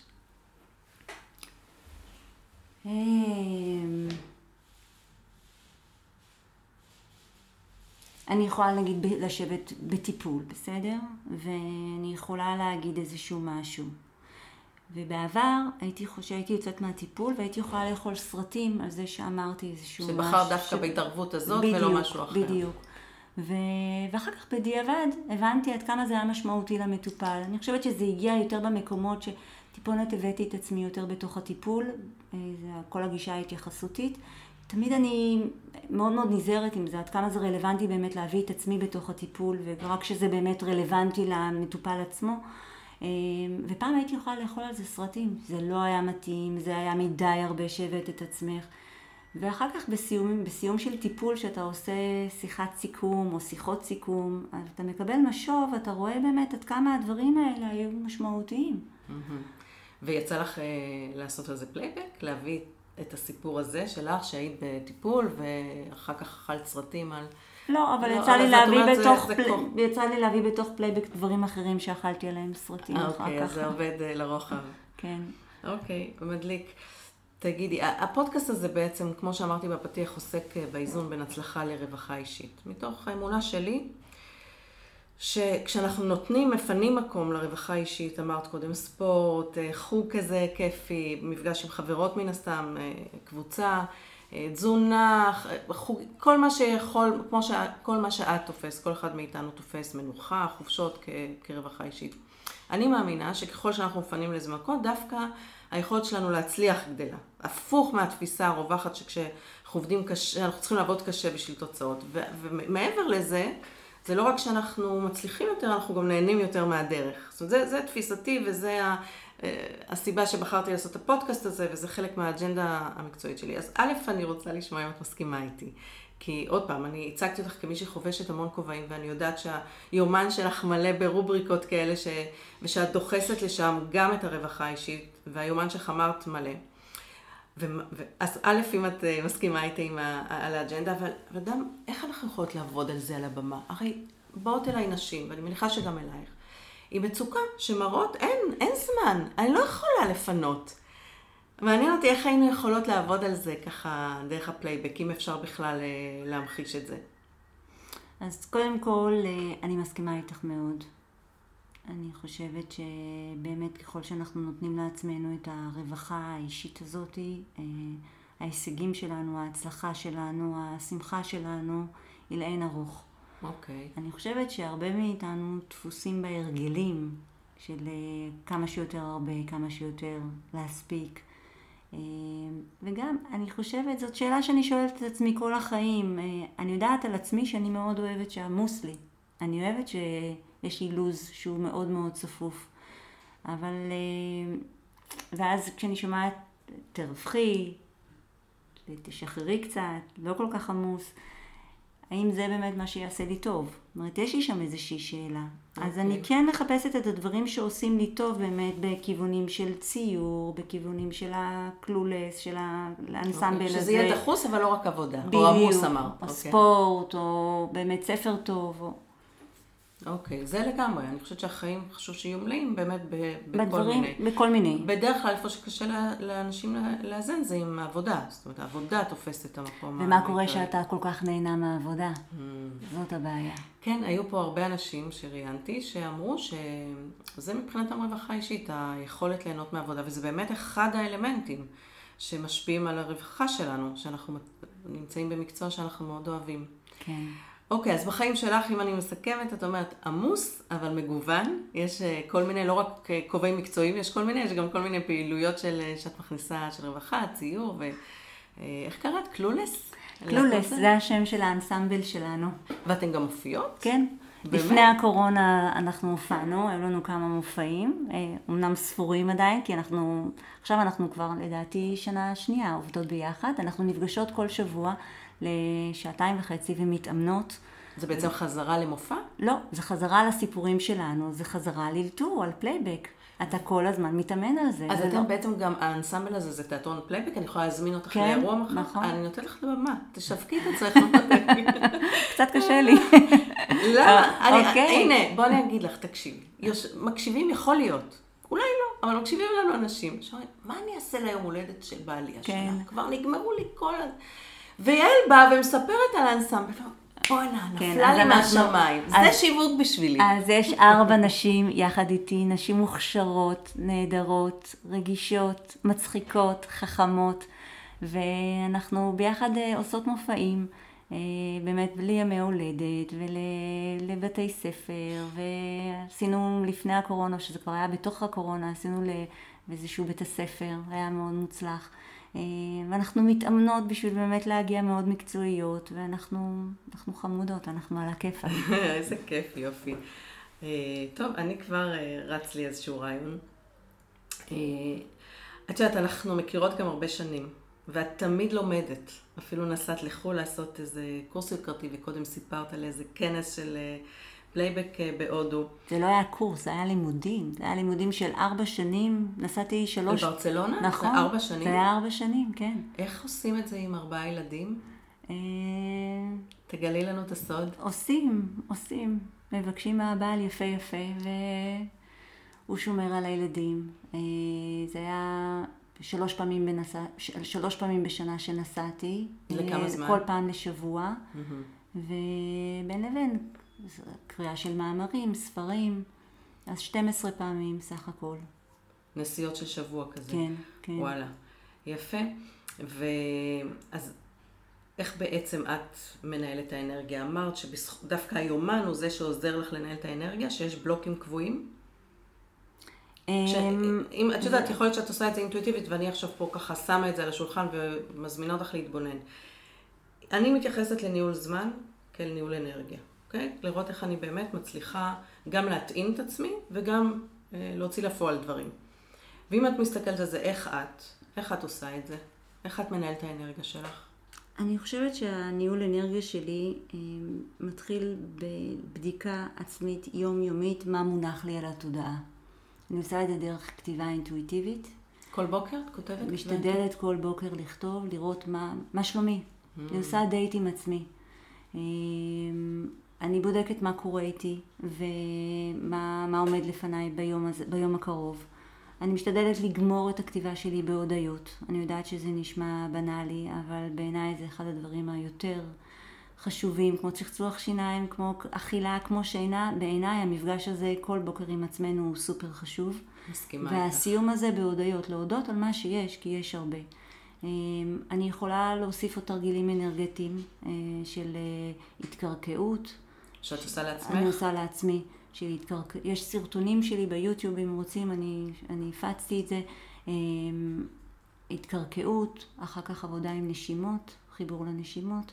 אני יכולה להגיד לשבת בטיפול, בסדר? ואני יכולה להגיד איזשהו משהו. ובעבר הייתי חושבת, הייתי יוצאת מהטיפול והייתי יכולה לאכול סרטים על זה שאמרתי איזשהו משהו. שבחר דווקא בהתערבות הזאת ולא משהו אחר. בדיוק. ו... ואחר כך בדיעבד הבנתי עד כמה זה היה משמעותי למטופל. אני חושבת שזה הגיע יותר במקומות שטיפונת הבאתי את עצמי יותר בתוך הטיפול, זה כל הגישה ההתייחסותית. תמיד אני מאוד מאוד נזהרת עם זה, עד כמה זה רלוונטי באמת להביא את עצמי בתוך הטיפול, ורק שזה באמת רלוונטי למטופל עצמו. ופעם הייתי יכולה לאכול על זה סרטים, זה לא היה מתאים, זה היה מדי הרבה שהבאת את עצמך. ואחר כך בסיום, בסיום של טיפול שאתה עושה שיחת סיכום או שיחות סיכום, אתה מקבל משוב, אתה רואה באמת עד כמה הדברים האלה היו משמעותיים. ויצא לך לעשות על זה פלייבק, להביא את הסיפור הזה שלך שהיית בטיפול ואחר כך אכלת סרטים על... לא, אבל יצא לי להביא בתוך יצא לי להביא בתוך פלייבק דברים אחרים שאכלתי עליהם סרטים אחר כך. אוקיי, אז זה עובד לרוחב. כן. אוקיי, מדליק. תגידי, הפודקאסט הזה בעצם, כמו שאמרתי בפתיח, עוסק באיזון בין הצלחה לרווחה אישית. מתוך האמונה שלי, שכשאנחנו נותנים, מפנים מקום לרווחה אישית, אמרת קודם ספורט, חוג כזה כיפי, מפגש עם חברות מן הסתם, קבוצה, תזונה, חוג, כל מה שיכול, כמו ש, כל מה שאת תופס, כל אחד מאיתנו תופס, מנוחה, חופשות כ, כרווחה אישית. אני מאמינה שככל שאנחנו מפנים לזה מקום, דווקא היכולת שלנו להצליח גדלה. הפוך מהתפיסה הרווחת שכשאנחנו עובדים קשה, אנחנו צריכים לעבוד קשה בשביל תוצאות. ו- ומעבר לזה, זה לא רק שאנחנו מצליחים יותר, אנחנו גם נהנים יותר מהדרך. זאת אומרת, זה, זה תפיסתי וזה ה, הסיבה שבחרתי לעשות את הפודקאסט הזה, וזה חלק מהאג'נדה המקצועית שלי. אז א', אני רוצה לשמוע אם את מסכימה איתי. כי עוד פעם, אני הצגתי אותך כמי שחובשת המון כובעים, ואני יודעת שהיומן שלך מלא ברובריקות כאלה, ש... ושאת דוחסת לשם גם את הרווחה האישית, והיומן שלך אמרת מלא. ו... ו... אז א', אם את מסכימה איתי עם ה... על האג'נדה, אבל... אבל גם איך אנחנו יכולות לעבוד על זה על הבמה? הרי באות אליי נשים, ואני מניחה שגם אלייך, היא מצוקה שמראות, אין, אין זמן, אני לא יכולה לפנות. מעניין אותי איך היינו יכולות לעבוד על זה ככה דרך הפלייבק, אם אפשר בכלל להמחיש את זה. אז קודם כל, אני מסכימה איתך מאוד. אני חושבת שבאמת ככל שאנחנו נותנים לעצמנו את הרווחה האישית הזאת, ההישגים שלנו, ההצלחה שלנו, השמחה שלנו, היא לאין ארוך. אוקיי. אני חושבת שהרבה מאיתנו דפוסים בהרגלים של כמה שיותר הרבה, כמה שיותר להספיק. וגם, אני חושבת, זאת שאלה שאני שואלת את עצמי כל החיים. אני יודעת על עצמי שאני מאוד אוהבת שעמוס לי. אני אוהבת שיש לי לוז שהוא מאוד מאוד צפוף. אבל, ואז כשאני שומעת, תרווחי, תשחררי קצת, לא כל כך עמוס, האם זה באמת מה שיעשה לי טוב? זאת אומרת, יש לי שם איזושהי שאלה. Okay. אז אני כן מחפשת את הדברים שעושים לי טוב באמת בכיוונים של ציור, בכיוונים של הקלולס, של האנסמבל okay. הזה. שזה יהיה דחוס, אבל לא רק עבודה. או עמוס אמר. או okay. ספורט, או באמת ספר טוב. או... אוקיי, okay. זה לגמרי. אני חושבת שהחיים חשוב שיהיו מלאים באמת ב- בכל בדברים, מיני. בכל מיני. בדרך כלל איפה שקשה לאנשים לאזן זה עם העבודה. זאת אומרת, העבודה תופסת את המקום. ומה קורה שאתה כל כך נהנה מהעבודה? Mm. זאת הבעיה. כן, היו פה הרבה אנשים שראיינתי שאמרו שזה מבחינתם רווחה אישית, היכולת ליהנות מהעבודה, וזה באמת אחד האלמנטים שמשפיעים על הרווחה שלנו, שאנחנו נמצאים במקצוע שאנחנו מאוד אוהבים. כן. אוקיי, אז בחיים שלך, אם אני מסכמת, את אומרת, עמוס, אבל מגוון. יש כל מיני, לא רק כובעים מקצועיים, יש כל מיני, יש גם כל מיני פעילויות של, שאת מכניסה, של רווחה, ציור, ואיך קראת? קלולס? קלולס, זה השם של האנסמבל שלנו. ואתן גם מופיעות? כן. באמת? לפני הקורונה אנחנו הופענו, היו לנו כמה מופעים, אמנם ספורים עדיין, כי אנחנו, עכשיו אנחנו כבר לדעתי שנה שנייה עובדות ביחד, אנחנו נפגשות כל שבוע לשעתיים וחצי ומתאמנות. זה בעצם חזרה למופע? לא, זה חזרה לסיפורים שלנו, זה חזרה ללתור, על פלייבק. אתה כל הזמן מתאמן על זה. אז אתם לא... בעצם גם, האנסמבל הזה זה תיאטרון פלייבק, אני יכולה להזמין אותך כן, לאירוע מחר? נכון. אני נותנת לך לבמה, תשווקי את עצמך. קצת קשה לי. לא, הנה, בוא אני אגיד לך, תקשיבי. מקשיבים יכול להיות, אולי לא, אבל מקשיבים לנו אנשים. שאומרים, מה אני אעשה ליום הולדת של בעלי השנה? כבר נגמרו לי כל... ויעל באה ומספרת על האנסמבל, בואנה, נפלה לי מהשמיים. זה שיווק בשבילי. אז יש ארבע נשים יחד איתי, נשים מוכשרות, נהדרות, רגישות, מצחיקות, חכמות, ואנחנו ביחד עושות מופעים, באמת בלי ימי הולדת ולבתי ספר, ועשינו לפני הקורונה, שזה כבר היה בתוך הקורונה, עשינו לאיזשהו בית הספר, היה מאוד מוצלח. ואנחנו מתאמנות בשביל באמת להגיע מאוד מקצועיות, ואנחנו אנחנו חמודות, אנחנו על הכיף. איזה כיף, יופי. טוב, אני כבר רץ לי איזשהו רעיון. את יודעת, אנחנו מכירות גם הרבה שנים, ואת תמיד לומדת. אפילו נסעת לחו"ל לעשות איזה קורס יוקרתי, וקודם סיפרת על איזה כנס של פלייבק בהודו. זה לא היה קורס, זה היה לימודים. זה היה לימודים של ארבע שנים. נסעתי שלוש... בברצלונה? נכון. זה ארבע שנים? זה היה ארבע שנים, כן. איך עושים את זה עם ארבעה ילדים? תגלי לנו את הסוד. עושים, עושים. מבקשים מהבעל יפה יפה, והוא שומר על הילדים. זה היה שלוש פעמים, בנסע... שלוש פעמים בשנה שנסעתי. לכמה זמן? כל פעם לשבוע. ובין לבין... קריאה של מאמרים, ספרים, אז שתים עשרה פעמים סך הכל. נסיעות של שבוע כזה. כן, כן. וואלה, יפה. ואז איך בעצם את מנהלת האנרגיה? אמרת שדווקא היומן הוא זה שעוזר לך לנהל את האנרגיה, שיש בלוקים קבועים? אם את יודעת, יכול להיות שאת עושה את זה אינטואיטיבית, ואני עכשיו פה ככה שמה את זה על השולחן ומזמינה אותך להתבונן. אני מתייחסת לניהול זמן כאל ניהול אנרגיה, אוקיי? לראות איך אני באמת מצליחה גם להתאים את עצמי וגם אה, להוציא לפועל דברים. ואם את מסתכלת על זה, איך את? איך את עושה את זה? איך את מנהלת האנרגיה שלך? אני חושבת שהניהול אנרגיה שלי אה, מתחיל בבדיקה עצמית יומיומית, מה מונח לי על התודעה. אני עושה את זה דרך כתיבה אינטואיטיבית. כל בוקר את כותבת? משתדלת כל בוקר לכתוב, לראות מה, מה שלומי. Mm. אני עושה דייט עם עצמי. אני בודקת מה קורה איתי ומה מה עומד לפניי ביום, הזה, ביום הקרוב. אני משתדלת לגמור את הכתיבה שלי בהודעות. אני יודעת שזה נשמע בנאלי, אבל בעיניי זה אחד הדברים היותר חשובים, כמו צחצוח שיניים, כמו אכילה, כמו שינה. בעיניי המפגש הזה כל בוקר עם עצמנו הוא סופר חשוב. מסכימה. והסיום הזה בהודעות, להודות על מה שיש, כי יש הרבה. אני יכולה להוסיף עוד תרגילים אנרגטיים של התקרקעות. שאת עושה לעצמך? אני עושה לעצמי. של התקרק... יש סרטונים שלי ביוטיוב, אם רוצים, אני, אני הפצתי את זה. התקרקעות, אחר כך עבודה עם נשימות, חיבור לנשימות,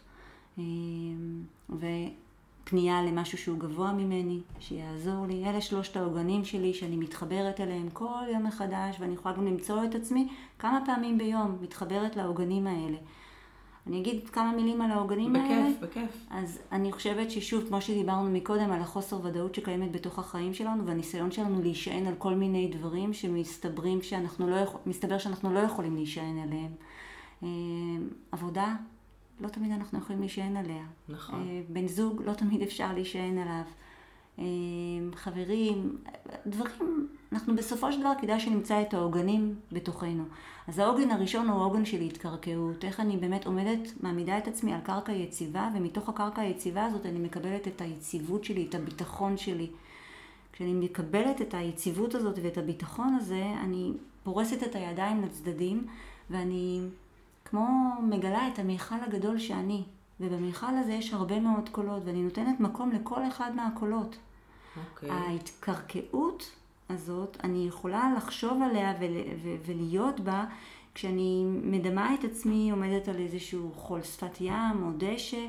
ופנייה למשהו שהוא גבוה ממני, שיעזור לי. אלה שלושת העוגנים שלי שאני מתחברת אליהם כל יום מחדש, ואני יכולה גם למצוא את עצמי כמה פעמים ביום מתחברת לעוגנים האלה. אני אגיד כמה מילים על העוגנים בכיף, האלה. בכיף, בכיף. אז אני חושבת ששוב, כמו שדיברנו מקודם, על החוסר ודאות שקיימת בתוך החיים שלנו, והניסיון שלנו להישען על כל מיני דברים שמסתברים שאנחנו לא יכול, מסתבר שאנחנו לא יכולים להישען עליהם. עבודה, לא תמיד אנחנו יכולים להישען עליה. נכון. בן זוג, לא תמיד אפשר להישען עליו. חברים, דברים, אנחנו בסופו של דבר כדאי שנמצא את העוגנים בתוכנו. אז העוגן הראשון הוא העוגן של התקרקעות, איך אני באמת עומדת, מעמידה את עצמי על קרקע יציבה, ומתוך הקרקע היציבה הזאת אני מקבלת את היציבות שלי, את הביטחון שלי. כשאני מקבלת את היציבות הזאת ואת הביטחון הזה, אני פורסת את הידיים לצדדים, ואני כמו מגלה את המיכל הגדול שאני. ובמיכל הזה יש הרבה מאוד קולות, ואני נותנת מקום לכל אחד מהקולות. אוקיי. ההתקרקעות הזאת, אני יכולה לחשוב עליה ול, ו, ולהיות בה, כשאני מדמה את עצמי, עומדת על איזשהו חול שפת ים או דשא,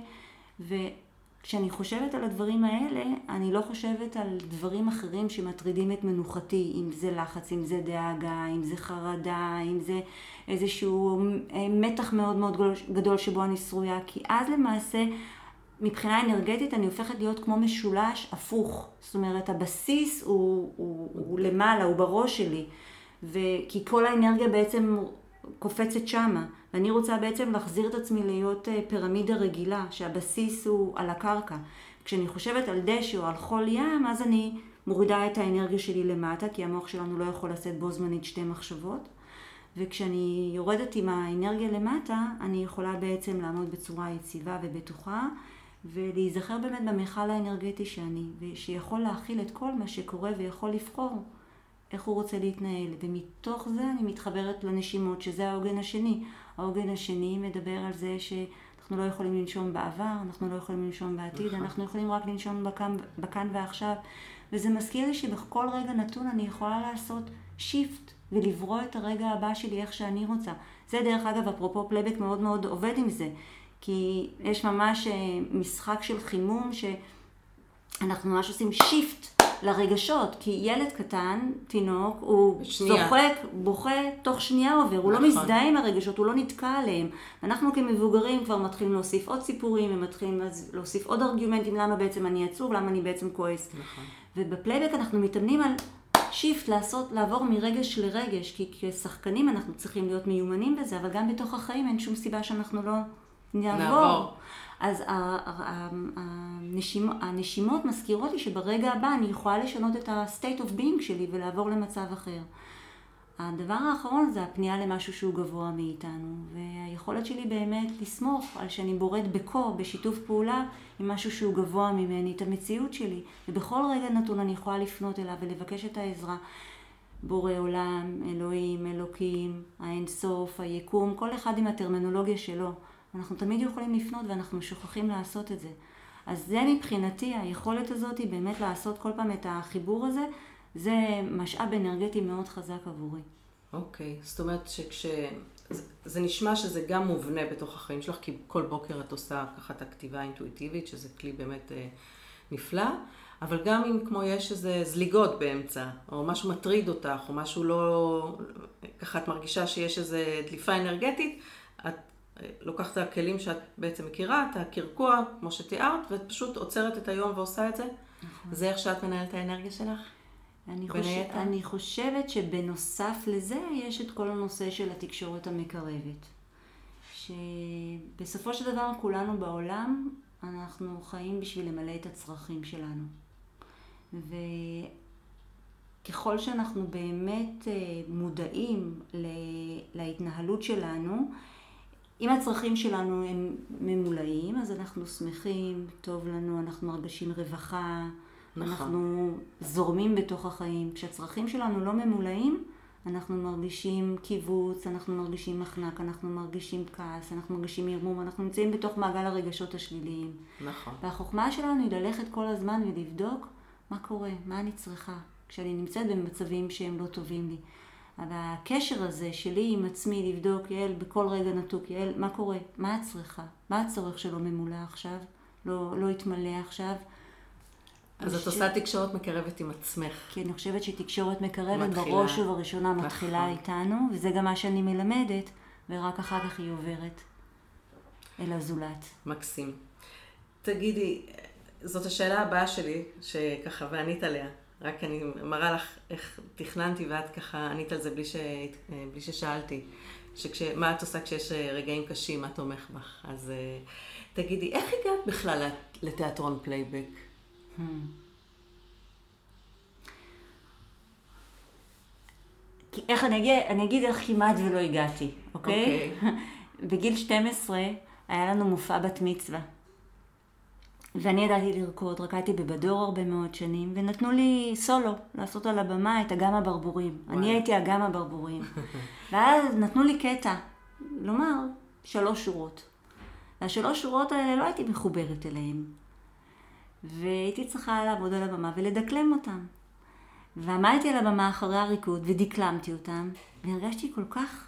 וכשאני חושבת על הדברים האלה, אני לא חושבת על דברים אחרים שמטרידים את מנוחתי, אם זה לחץ, אם זה דאגה, אם זה חרדה, אם זה איזשהו מתח מאוד מאוד גדול שבו אני שרויה, כי אז למעשה, מבחינה אנרגטית אני הופכת להיות כמו משולש הפוך. זאת אומרת, הבסיס הוא, הוא, הוא למעלה, הוא בראש שלי. וכי כל האנרגיה בעצם קופצת שמה. ואני רוצה בעצם להחזיר את עצמי להיות פירמידה רגילה, שהבסיס הוא על הקרקע. כשאני חושבת על דשא או על חול ים, אז אני מורידה את האנרגיה שלי למטה, כי המוח שלנו לא יכול לשאת בו זמנית שתי מחשבות. וכשאני יורדת עם האנרגיה למטה, אני יכולה בעצם לעמוד בצורה יציבה ובטוחה, ולהיזכר באמת במיכל האנרגטי שאני, ושיכול להכיל את כל מה שקורה ויכול לבחור איך הוא רוצה להתנהל. ומתוך זה אני מתחברת לנשימות, שזה העוגן השני. העוגן השני מדבר על זה שאנחנו לא יכולים לנשום בעבר, אנחנו לא יכולים לנשום בעתיד, אנחנו יכולים רק לנשום בכאן, בכאן ועכשיו. וזה מזכיר לי שבכל רגע נתון אני יכולה לעשות שיפט, ולברוא את הרגע הבא שלי איך שאני רוצה. זה דרך אגב, אפרופו פלייבק מאוד מאוד עובד עם זה. כי יש ממש משחק של חימום שאנחנו ממש עושים שיפט לרגשות, כי ילד קטן, תינוק, הוא צוחק, בוכה, תוך שנייה עובר, הוא לא מזדהה עם הרגשות, הוא לא נתקע עליהם. אנחנו כמבוגרים כבר מתחילים להוסיף עוד סיפורים, ומתחילים להוסיף עוד ארגומנטים, למה בעצם אני עצוב, למה אני בעצם כועס. נכון. ובפלייבק אנחנו מתאמנים על שיפט, לעשות, לעבור מרגש לרגש, כי כשחקנים אנחנו צריכים להיות מיומנים בזה, אבל גם בתוך החיים אין שום סיבה שאנחנו לא נעבור. נעבור. אז הנשימות, הנשימות מזכירות לי שברגע הבא אני יכולה לשנות את ה-state of being שלי ולעבור למצב אחר. הדבר האחרון זה הפנייה למשהו שהוא גבוה מאיתנו, והיכולת שלי באמת לסמוך על שאני בורד בקור, בשיתוף פעולה עם משהו שהוא גבוה ממני, את המציאות שלי. ובכל רגע נתון אני יכולה לפנות אליו ולבקש את העזרה. בורא עולם, אלוהים, אלוקים, האין סוף, היקום, כל אחד עם הטרמינולוגיה שלו. אנחנו תמיד יכולים לפנות ואנחנו שוכחים לעשות את זה. אז זה מבחינתי, היכולת הזאת היא באמת לעשות כל פעם את החיבור הזה, זה משאב אנרגטי מאוד חזק עבורי. אוקיי, זאת אומרת שכש... זה, זה נשמע שזה גם מובנה בתוך החיים שלך, כי כל בוקר את עושה ככה את הכתיבה האינטואיטיבית, שזה כלי באמת אה, נפלא, אבל גם אם כמו יש איזה זליגות באמצע, או משהו מטריד אותך, או משהו לא... ככה את מרגישה שיש איזה דליפה אנרגטית, את לוקחת את הכלים שאת בעצם מכירה, את הקרקוע, כמו שתיארת, ואת פשוט עוצרת את היום ועושה את זה. נכון. זה איך שאת מנהלת את האנרגיה שלך? אני, חושב, אני חושבת שבנוסף לזה יש את כל הנושא של התקשורת המקרבת. שבסופו של דבר כולנו בעולם, אנחנו חיים בשביל למלא את הצרכים שלנו. וככל שאנחנו באמת מודעים להתנהלות שלנו, אם הצרכים שלנו הם ממולאים, אז אנחנו שמחים, טוב לנו, אנחנו מרגישים רווחה, נכון. אנחנו זורמים בתוך החיים. כשהצרכים שלנו לא ממולאים, אנחנו מרגישים קיבוץ, אנחנו מרגישים מחנק, אנחנו מרגישים כעס, אנחנו מרגישים ירמום, אנחנו נמצאים בתוך מעגל הרגשות השליליים. נכון. והחוכמה שלנו היא ללכת כל הזמן ולבדוק מה קורה, מה אני צריכה, כשאני נמצאת במצבים שהם לא טובים לי. אבל הקשר הזה שלי עם עצמי לבדוק, יעל, בכל רגע נתוק, יעל, מה קורה? מה את צריכה? מה הצורך שלא ממולא עכשיו? לא, לא יתמלא עכשיו? אז את עושה תקשורת מקרבת עם עצמך. כי אני חושבת שתקשורת מקרבת בראש ובראשונה מתחילה איתנו, וזה גם מה שאני מלמדת, ורק אחר כך היא עוברת אל הזולת. מקסים. תגידי, זאת השאלה הבאה שלי, שככה וענית עליה. רק אני מראה לך איך תכננתי ואת ככה ענית על זה בלי, ש... בלי ששאלתי. שכש... מה את עושה כשיש רגעים קשים, מה תומך בך? אז תגידי, איך הגעת בכלל לתיאטרון פלייבק? Hmm. איך אני אגיד, אני אגיד איך כמעט ולא הגעתי, אוקיי? Okay. בגיל שתים עשרה היה לנו מופע בת מצווה. ואני ידעתי לרקוד, רקדתי בבדור הרבה מאוד שנים, ונתנו לי סולו, לעשות על הבמה את אגם הברבורים. Wow. אני הייתי אגם הברבורים. ואז נתנו לי קטע, לומר, שלוש שורות. והשלוש שורות האלה לא הייתי מחוברת אליהן. והייתי צריכה לעבוד על הבמה ולדקלם אותם. ועמדתי על הבמה אחרי הריקוד ודקלמתי אותם, והרגשתי כל כך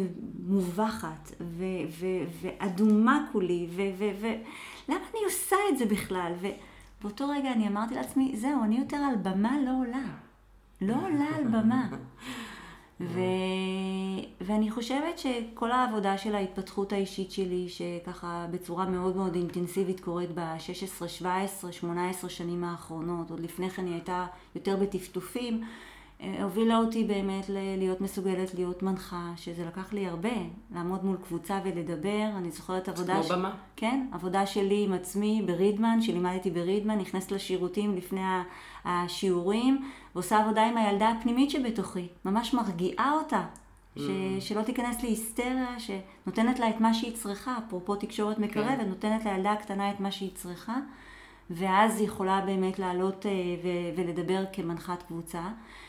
מובחת ו- ו- ואדומה כולי, ו- ו- ו- למה אני עושה את זה בכלל? ובאותו רגע אני אמרתי לעצמי, זהו, אני יותר על במה לא עולה. לא עולה על במה. ו... ואני חושבת שכל העבודה של ההתפתחות האישית שלי, שככה בצורה מאוד מאוד אינטנסיבית קורית ב-שש עשרה, שבע עשרה, שמונה עשרה שנים האחרונות, עוד לפני כן היא הייתה יותר בטפטופים, הובילה אותי באמת להיות מסוגלת להיות מנחה, שזה לקח לי הרבה, לעמוד מול קבוצה ולדבר. אני זוכרת עבודה... כמו במה. כן, עבודה שלי עם עצמי ברידמן, שלימדתי ברידמן, נכנסת לשירותים לפני השיעורים, ועושה עבודה עם הילדה הפנימית שבתוכי, ממש מרגיעה אותה, ש... שלא תיכנס להיסטריה, שנותנת לה את מה שהיא צריכה, אפרופו תקשורת מקרבת, כן. נותנת לילדה הקטנה את מה שהיא צריכה, ואז היא יכולה באמת לעלות ו... ולדבר כמנחת קבוצה.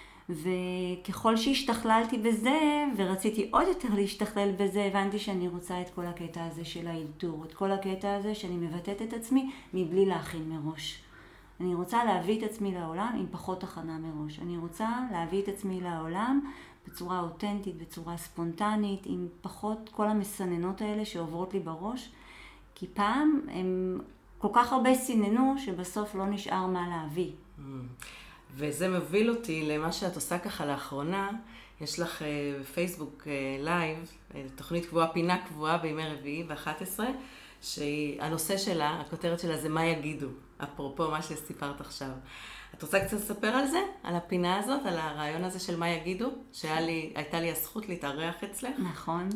וככל שהשתכללתי בזה, ורציתי עוד יותר להשתכלל בזה, הבנתי שאני רוצה את כל הקטע הזה של האלתור, את כל הקטע הזה שאני מבטאת את עצמי מבלי להכין מראש. אני רוצה להביא את עצמי לעולם עם פחות הכנה מראש. אני רוצה להביא את עצמי לעולם בצורה אותנטית, בצורה ספונטנית, עם פחות כל המסננות האלה שעוברות לי בראש, כי פעם הם כל כך הרבה סיננו שבסוף לא נשאר מה להביא. וזה מוביל אותי למה שאת עושה ככה לאחרונה. יש לך בפייסבוק לייב, תוכנית קבועה, פינה קבועה בימי רביעי ב-אחת עשרה, שהנושא שלה, הכותרת שלה זה מה יגידו, אפרופו מה שסיפרת עכשיו. את רוצה קצת לספר על זה? על הפינה הזאת, על הרעיון הזה של מה יגידו? שהייתה לי הזכות להתארח אצלך? נכון.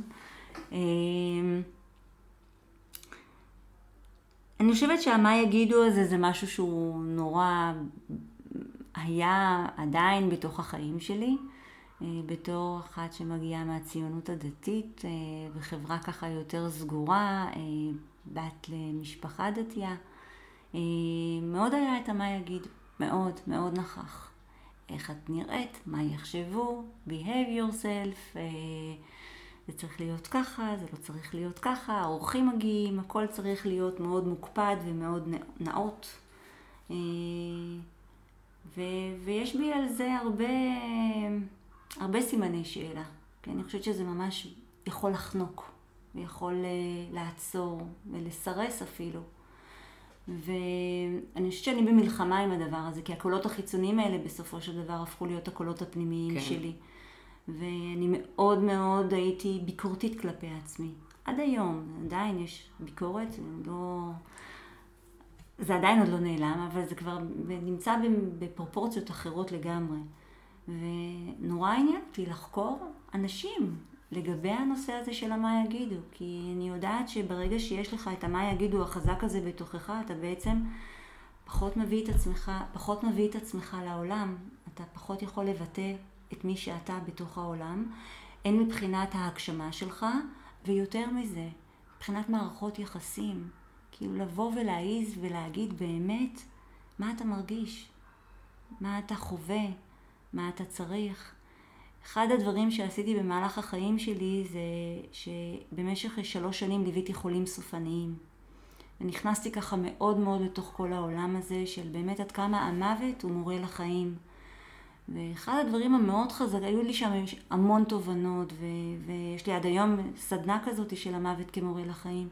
אני חושבת שהמה יגידו הזה זה משהו שהוא נורא... היה עדיין בתוך החיים שלי, בתור אחת שמגיעה מהציונות הדתית, בחברה ככה יותר סגורה, בת למשפחה דתייה. מאוד היה את המה יגיד, מאוד מאוד נכח. איך את נראית, מה יחשבו, behave yourself, זה צריך להיות ככה, זה לא צריך להיות ככה, האורחים מגיעים, הכל צריך להיות מאוד מוקפד ומאוד נאות. ו- ויש בי על זה הרבה, הרבה סימני שאלה. כי אני חושבת שזה ממש יכול לחנוק, ויכול uh, לעצור ולסרס אפילו. ואני חושבת שאני במלחמה עם הדבר הזה, כי הקולות החיצוניים האלה בסופו של דבר הפכו להיות הקולות הפנימיים כן. שלי. ואני מאוד מאוד הייתי ביקורתית כלפי עצמי. עד היום, עדיין יש ביקורת, לא... זה עדיין עוד לא נעלם, אבל זה כבר נמצא בפרופורציות אחרות לגמרי. ונורא עניין אותי לחקור אנשים לגבי הנושא הזה של מה יגידו, כי אני יודעת שברגע שיש לך את מה יגידו החזק הזה בתוכך, אתה בעצם פחות מביא את עצמך, פחות מביא את עצמך לעולם, אתה פחות יכול לבטא את מי שאתה בתוך העולם, הן מבחינת ההגשמה שלך, ויותר מזה, מבחינת מערכות יחסים, כאילו לבוא ולהעיז ולהגיד באמת מה אתה מרגיש, מה אתה חווה, מה אתה צריך. אחד הדברים שעשיתי במהלך החיים שלי זה שבמשך שלוש שנים ליוויתי חולים סופניים. ונכנסתי ככה מאוד מאוד לתוך כל העולם הזה של באמת עד כמה המוות הוא מורה לחיים. ואחד הדברים המאוד חזק, היו לי שם המון תובנות, ו- ויש לי עד היום סדנה כזאת של המוות כמורה לחיים.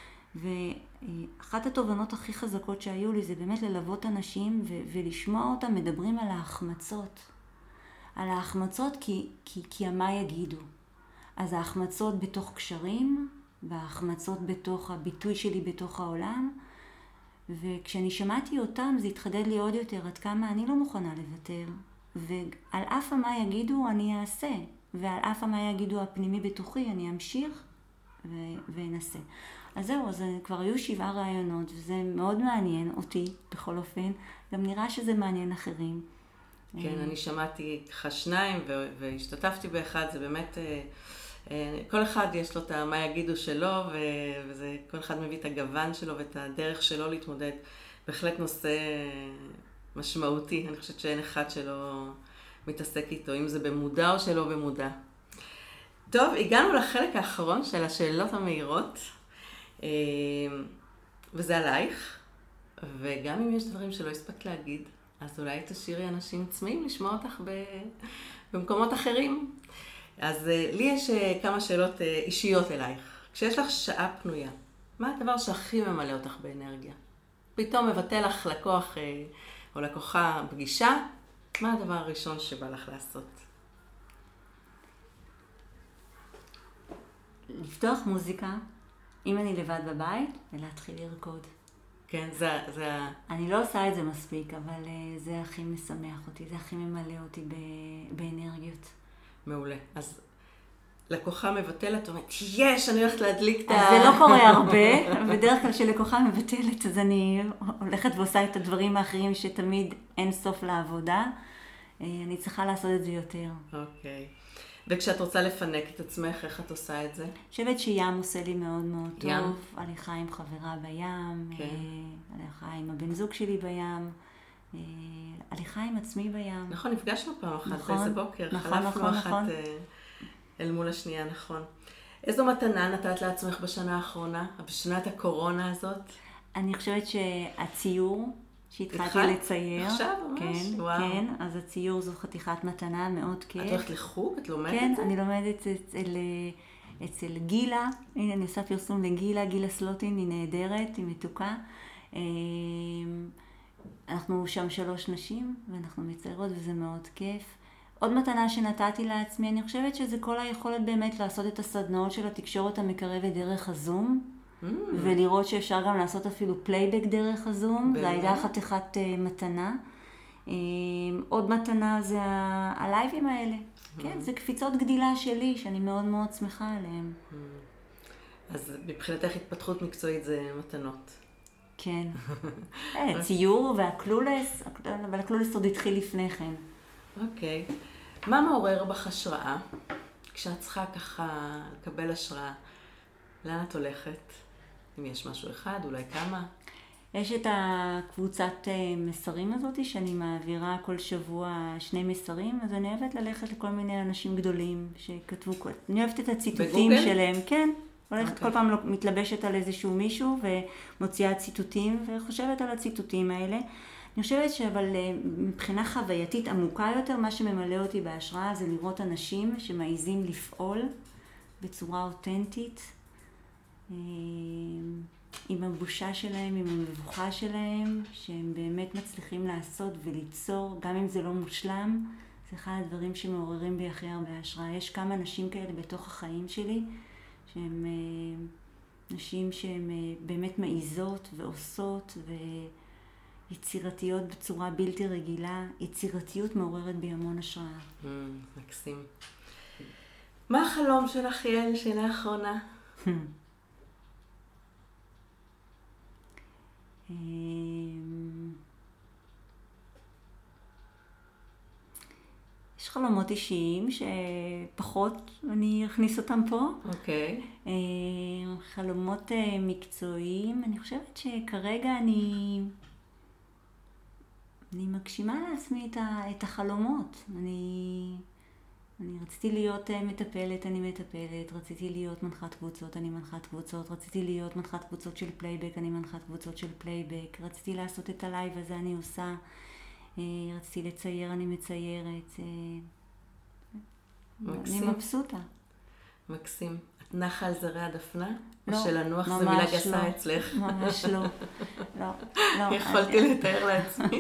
ואחת התובנות הכי חזקות שהיו לי זה באמת ללוות אנשים ו- ולשמוע אותם מדברים על ההחמצות. על ההחמצות כי, כי, כי מה יגידו. אז ההחמצות בתוך קשרים, וההחמצות בתוך הביטוי שלי בתוך העולם, וכשאני שמעתי אותם זה התחדד לי עוד יותר עד כמה אני לא מוכנה לוותר. ועל אף מה יגידו אני אעשה, ועל אף מה יגידו הפנימי בתוכי אני אמשיך ו- ואנסה. אז זהו, אז כבר היו שבעה רעיונות, וזה מאוד מעניין אותי בכל אופן, גם נראה שזה מעניין אחרים. כן, אני שמעתי ככה שניים והשתתפתי באחד, זה באמת, כל אחד יש לו את מה יגידו שלו, וזה, כל אחד מביא את הגוון שלו ואת הדרך שלו להתמודד. בהחלט נושא משמעותי, אני חושבת שאין אחד שלא מתעסק איתו, אם זה במודע או שלא במודע. טוב, הגענו לחלק האחרון של השאלות המהירות, וזה עלייך, וגם אם יש דברים שלא הספקת להגיד, אז אולי תשאירי אנשים עצמאים לשמוע אותך במקומות אחרים. אז לי יש כמה שאלות אישיות אלייך. כשיש לך שעה פנויה, מה הדבר שהכי ממלא אותך באנרגיה? פתאום מבטל לך לקוח או לקוחה פגישה, מה הדבר הראשון שבא לך לעשות? לפתוח מוזיקה, אם אני לבד בבית, ולהתחיל לרקוד. כן, זה, זה... אני לא עושה את זה מספיק, אבל זה הכי משמח אותי, זה הכי ממלא אותי באנרגיות. מעולה. אז לקוחה מבטלת, אומרת, יש, אני הולכת להדליק את ה... אז זה לא קורה הרבה, בדרך כלל שלקוחה מבטלת, אז אני הולכת ועושה את הדברים האחרים שתמיד אין סוף לעבודה. אני צריכה לעשות את זה יותר. אוקיי. וכשאת רוצה לפנק את עצמך, איך את עושה את זה? אני חושבת שים עושה לי מאוד מאוד טוב. ים? הליכה עם חברה בים, כן. הליכה עם הבן זוג שלי בים, הליכה עם עצמי בים. נכון, נפגשנו פעם אחת נכון, באיזה בוקר. נכון, חלפנו נכון, אחת נכון. אל מול השנייה, נכון. איזו מתנה נתת לעצמך בשנה האחרונה, בשנת הקורונה הזאת? אני חושבת שהציור שהתחלתי לצייר. עכשיו ממש? כן, וואו. כן, אז הציור זו חתיכת מתנה מאוד כיף. את הולכת לחוג? את לומדת כן, את זה? כן, אני לומדת אצל, אצל גילה. הנה, אני עושה פרסום לגילה, גילה סלוטין, היא נהדרת, היא מתוקה. אנחנו שם שלוש נשים, ואנחנו מציירות, וזה מאוד כיף. עוד מתנה שנתתי לעצמי, אני חושבת שזה כל היכולת באמת לעשות את הסדנאות של התקשורת המקרבת דרך הזום, mm. ולראות שאפשר גם לעשות אפילו פלייבק דרך הזום, זה הייתה חתיכת uh, מתנה. Uh, עוד מתנה זה ה- הלייבים האלה. Mm. כן, זה קפיצות גדילה שלי, שאני מאוד מאוד שמחה עליהן. Mm. אז מבחינתך התפתחות מקצועית זה מתנות. כן. ציור והקלולס, אבל הקלולס עוד התחיל לפני כן. אוקיי. מה מעורר בך השראה? כשאת צריכה ככה לקבל השראה, לאן את הולכת? אם יש משהו אחד, אולי כמה? יש את הקבוצת מסרים הזאת שאני מעבירה כל שבוע שני מסרים, אז אני אוהבת ללכת לכל מיני אנשים גדולים שכתבו, אני אוהבת את הציטוטים בגוגל? שלהם, כן. הולכת Okay. כל פעם מתלבשת על איזשהו מישהו ומוציאה ציטוטים וחושבת על הציטוטים האלה. אני חושבת אבל מבחינה חווייתית עמוקה יותר, מה שממלא אותי בהשראה זה לראות אנשים שמעיזים לפעול בצורה אותנטית, עם הבושה שלהם, עם המבוכה שלהם, שהם באמת מצליחים לעשות וליצור, גם אם זה לא מושלם, זה אחד הדברים שמעוררים בי הכי הרבה השראה. יש כמה אנשים כאלה בתוך החיים שלי, שהם נשים שהן באמת מעיזות ועושות ויצירתיות בצורה בלתי רגילה. יצירתיות מעוררת בי המון השראה. Mm, מקסים. מה החלום שלך, יעל, שאלה אחרונה? יש חלומות אישיים שפחות אני אכניס אותם פה. אוקיי. Okay. חלומות מקצועיים, אני חושבת שכרגע אני אני מגשימה לעצמי את, ה, את החלומות. אני אני רציתי להיות מטפלת, אני מטפלת, רציתי להיות מנחת קבוצות, אני מנחת קבוצות, רציתי להיות מנחת קבוצות של פלייבק, אני מנחת קבוצות של פלייבק, רציתי לעשות את הלייב הזה, אני עושה, רציתי לצייר, אני מציירת. מקסים. אני מבסוטה. מקסים. את נחה על זרי הדפנה? לא, או שלנוח זה מילה גסה לא, אצלך? ממש לא. לא, לא. יכולתי אני... לתאר לעצמי.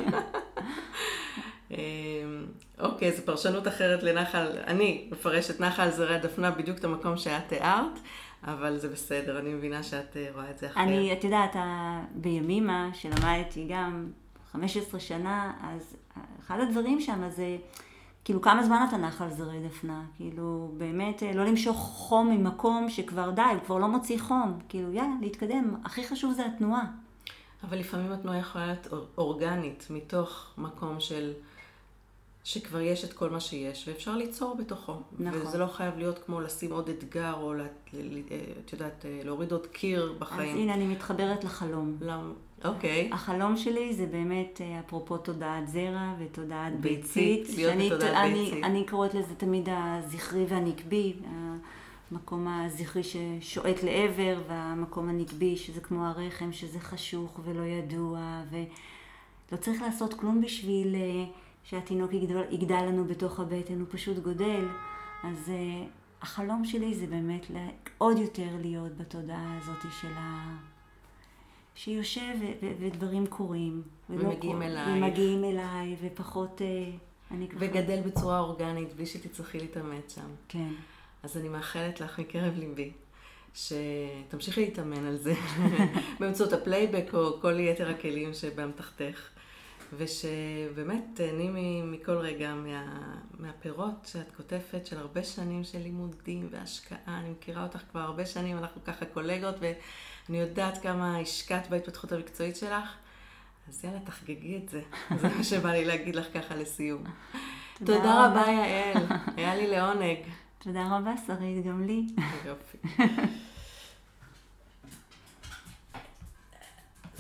אוקיי, זו פרשנות אחרת לנחל, אני מפרשת נחל על זרי הדפנה בדיוק את המקום שאת תיארת, אבל זה בסדר, אני מבינה שאת רואה את זה אחר. אני, את יודעת, בימימה שלמדתי גם חמש עשרה שנה, אז אחד הדברים שם זה, כאילו כמה זמן אתה נחל זרי דפנה, כאילו באמת לא למשוך חום ממקום שכבר די, הוא כבר לא מוציא חום, כאילו יאללה, להתקדם, הכי חשוב זה התנועה. אבל לפעמים התנועה יכולה להיות אורגנית, מתוך מקום של... שכבר יש את כל מה שיש, ואפשר ליצור בתוכו. נכון. וזה לא חייב להיות כמו לשים עוד אתגר, או את יודעת, להוריד עוד קיר בחיים. אז הנה, אני מתחברת לחלום. למ... אוקיי. החלום שלי זה באמת, אפרופו תודעת זרע ותודעת ביצית. ביצית, להיות שאני, בתודעת אני, ביצית. אני קוראת לזה תמיד הזכרי והנקבי, המקום הזכרי ששואט לעבר, והמקום הנקבי שזה כמו הרחם, שזה חשוך ולא ידוע, ולא צריך לעשות כלום בשביל... שהתינוק יגדל, יגדל לנו בתוך הבטן, הוא פשוט גודל. אז uh, החלום שלי זה באמת עוד יותר להיות בתודעה הזאת של ה... שיושב ו- ו- ודברים קורים. ומגיעים אליי. ומגיעים אליי, ופחות... Uh, אני וגדל כבר... בצורה אורגנית, בלי שתצטרכי להתאמץ שם. כן. אז אני מאחלת לך מקרב ליבי, שתמשיכי להתאמן על זה, באמצעות הפלייבק או כל יתר הכלים שבאמתחתך. ושבאמת תהני מכל רגע מה, מהפירות שאת כותפת של הרבה שנים של לימודים והשקעה. אני מכירה אותך כבר הרבה שנים, אנחנו ככה קולגות, ואני יודעת כמה השקעת בהתפתחות המקצועית שלך. אז יאללה, תחגגי את זה. זה מה שבא לי להגיד לך ככה לסיום. תודה, תודה רבה, יעל. היה לי לעונג. תודה רבה, שרית, גם לי. יופי.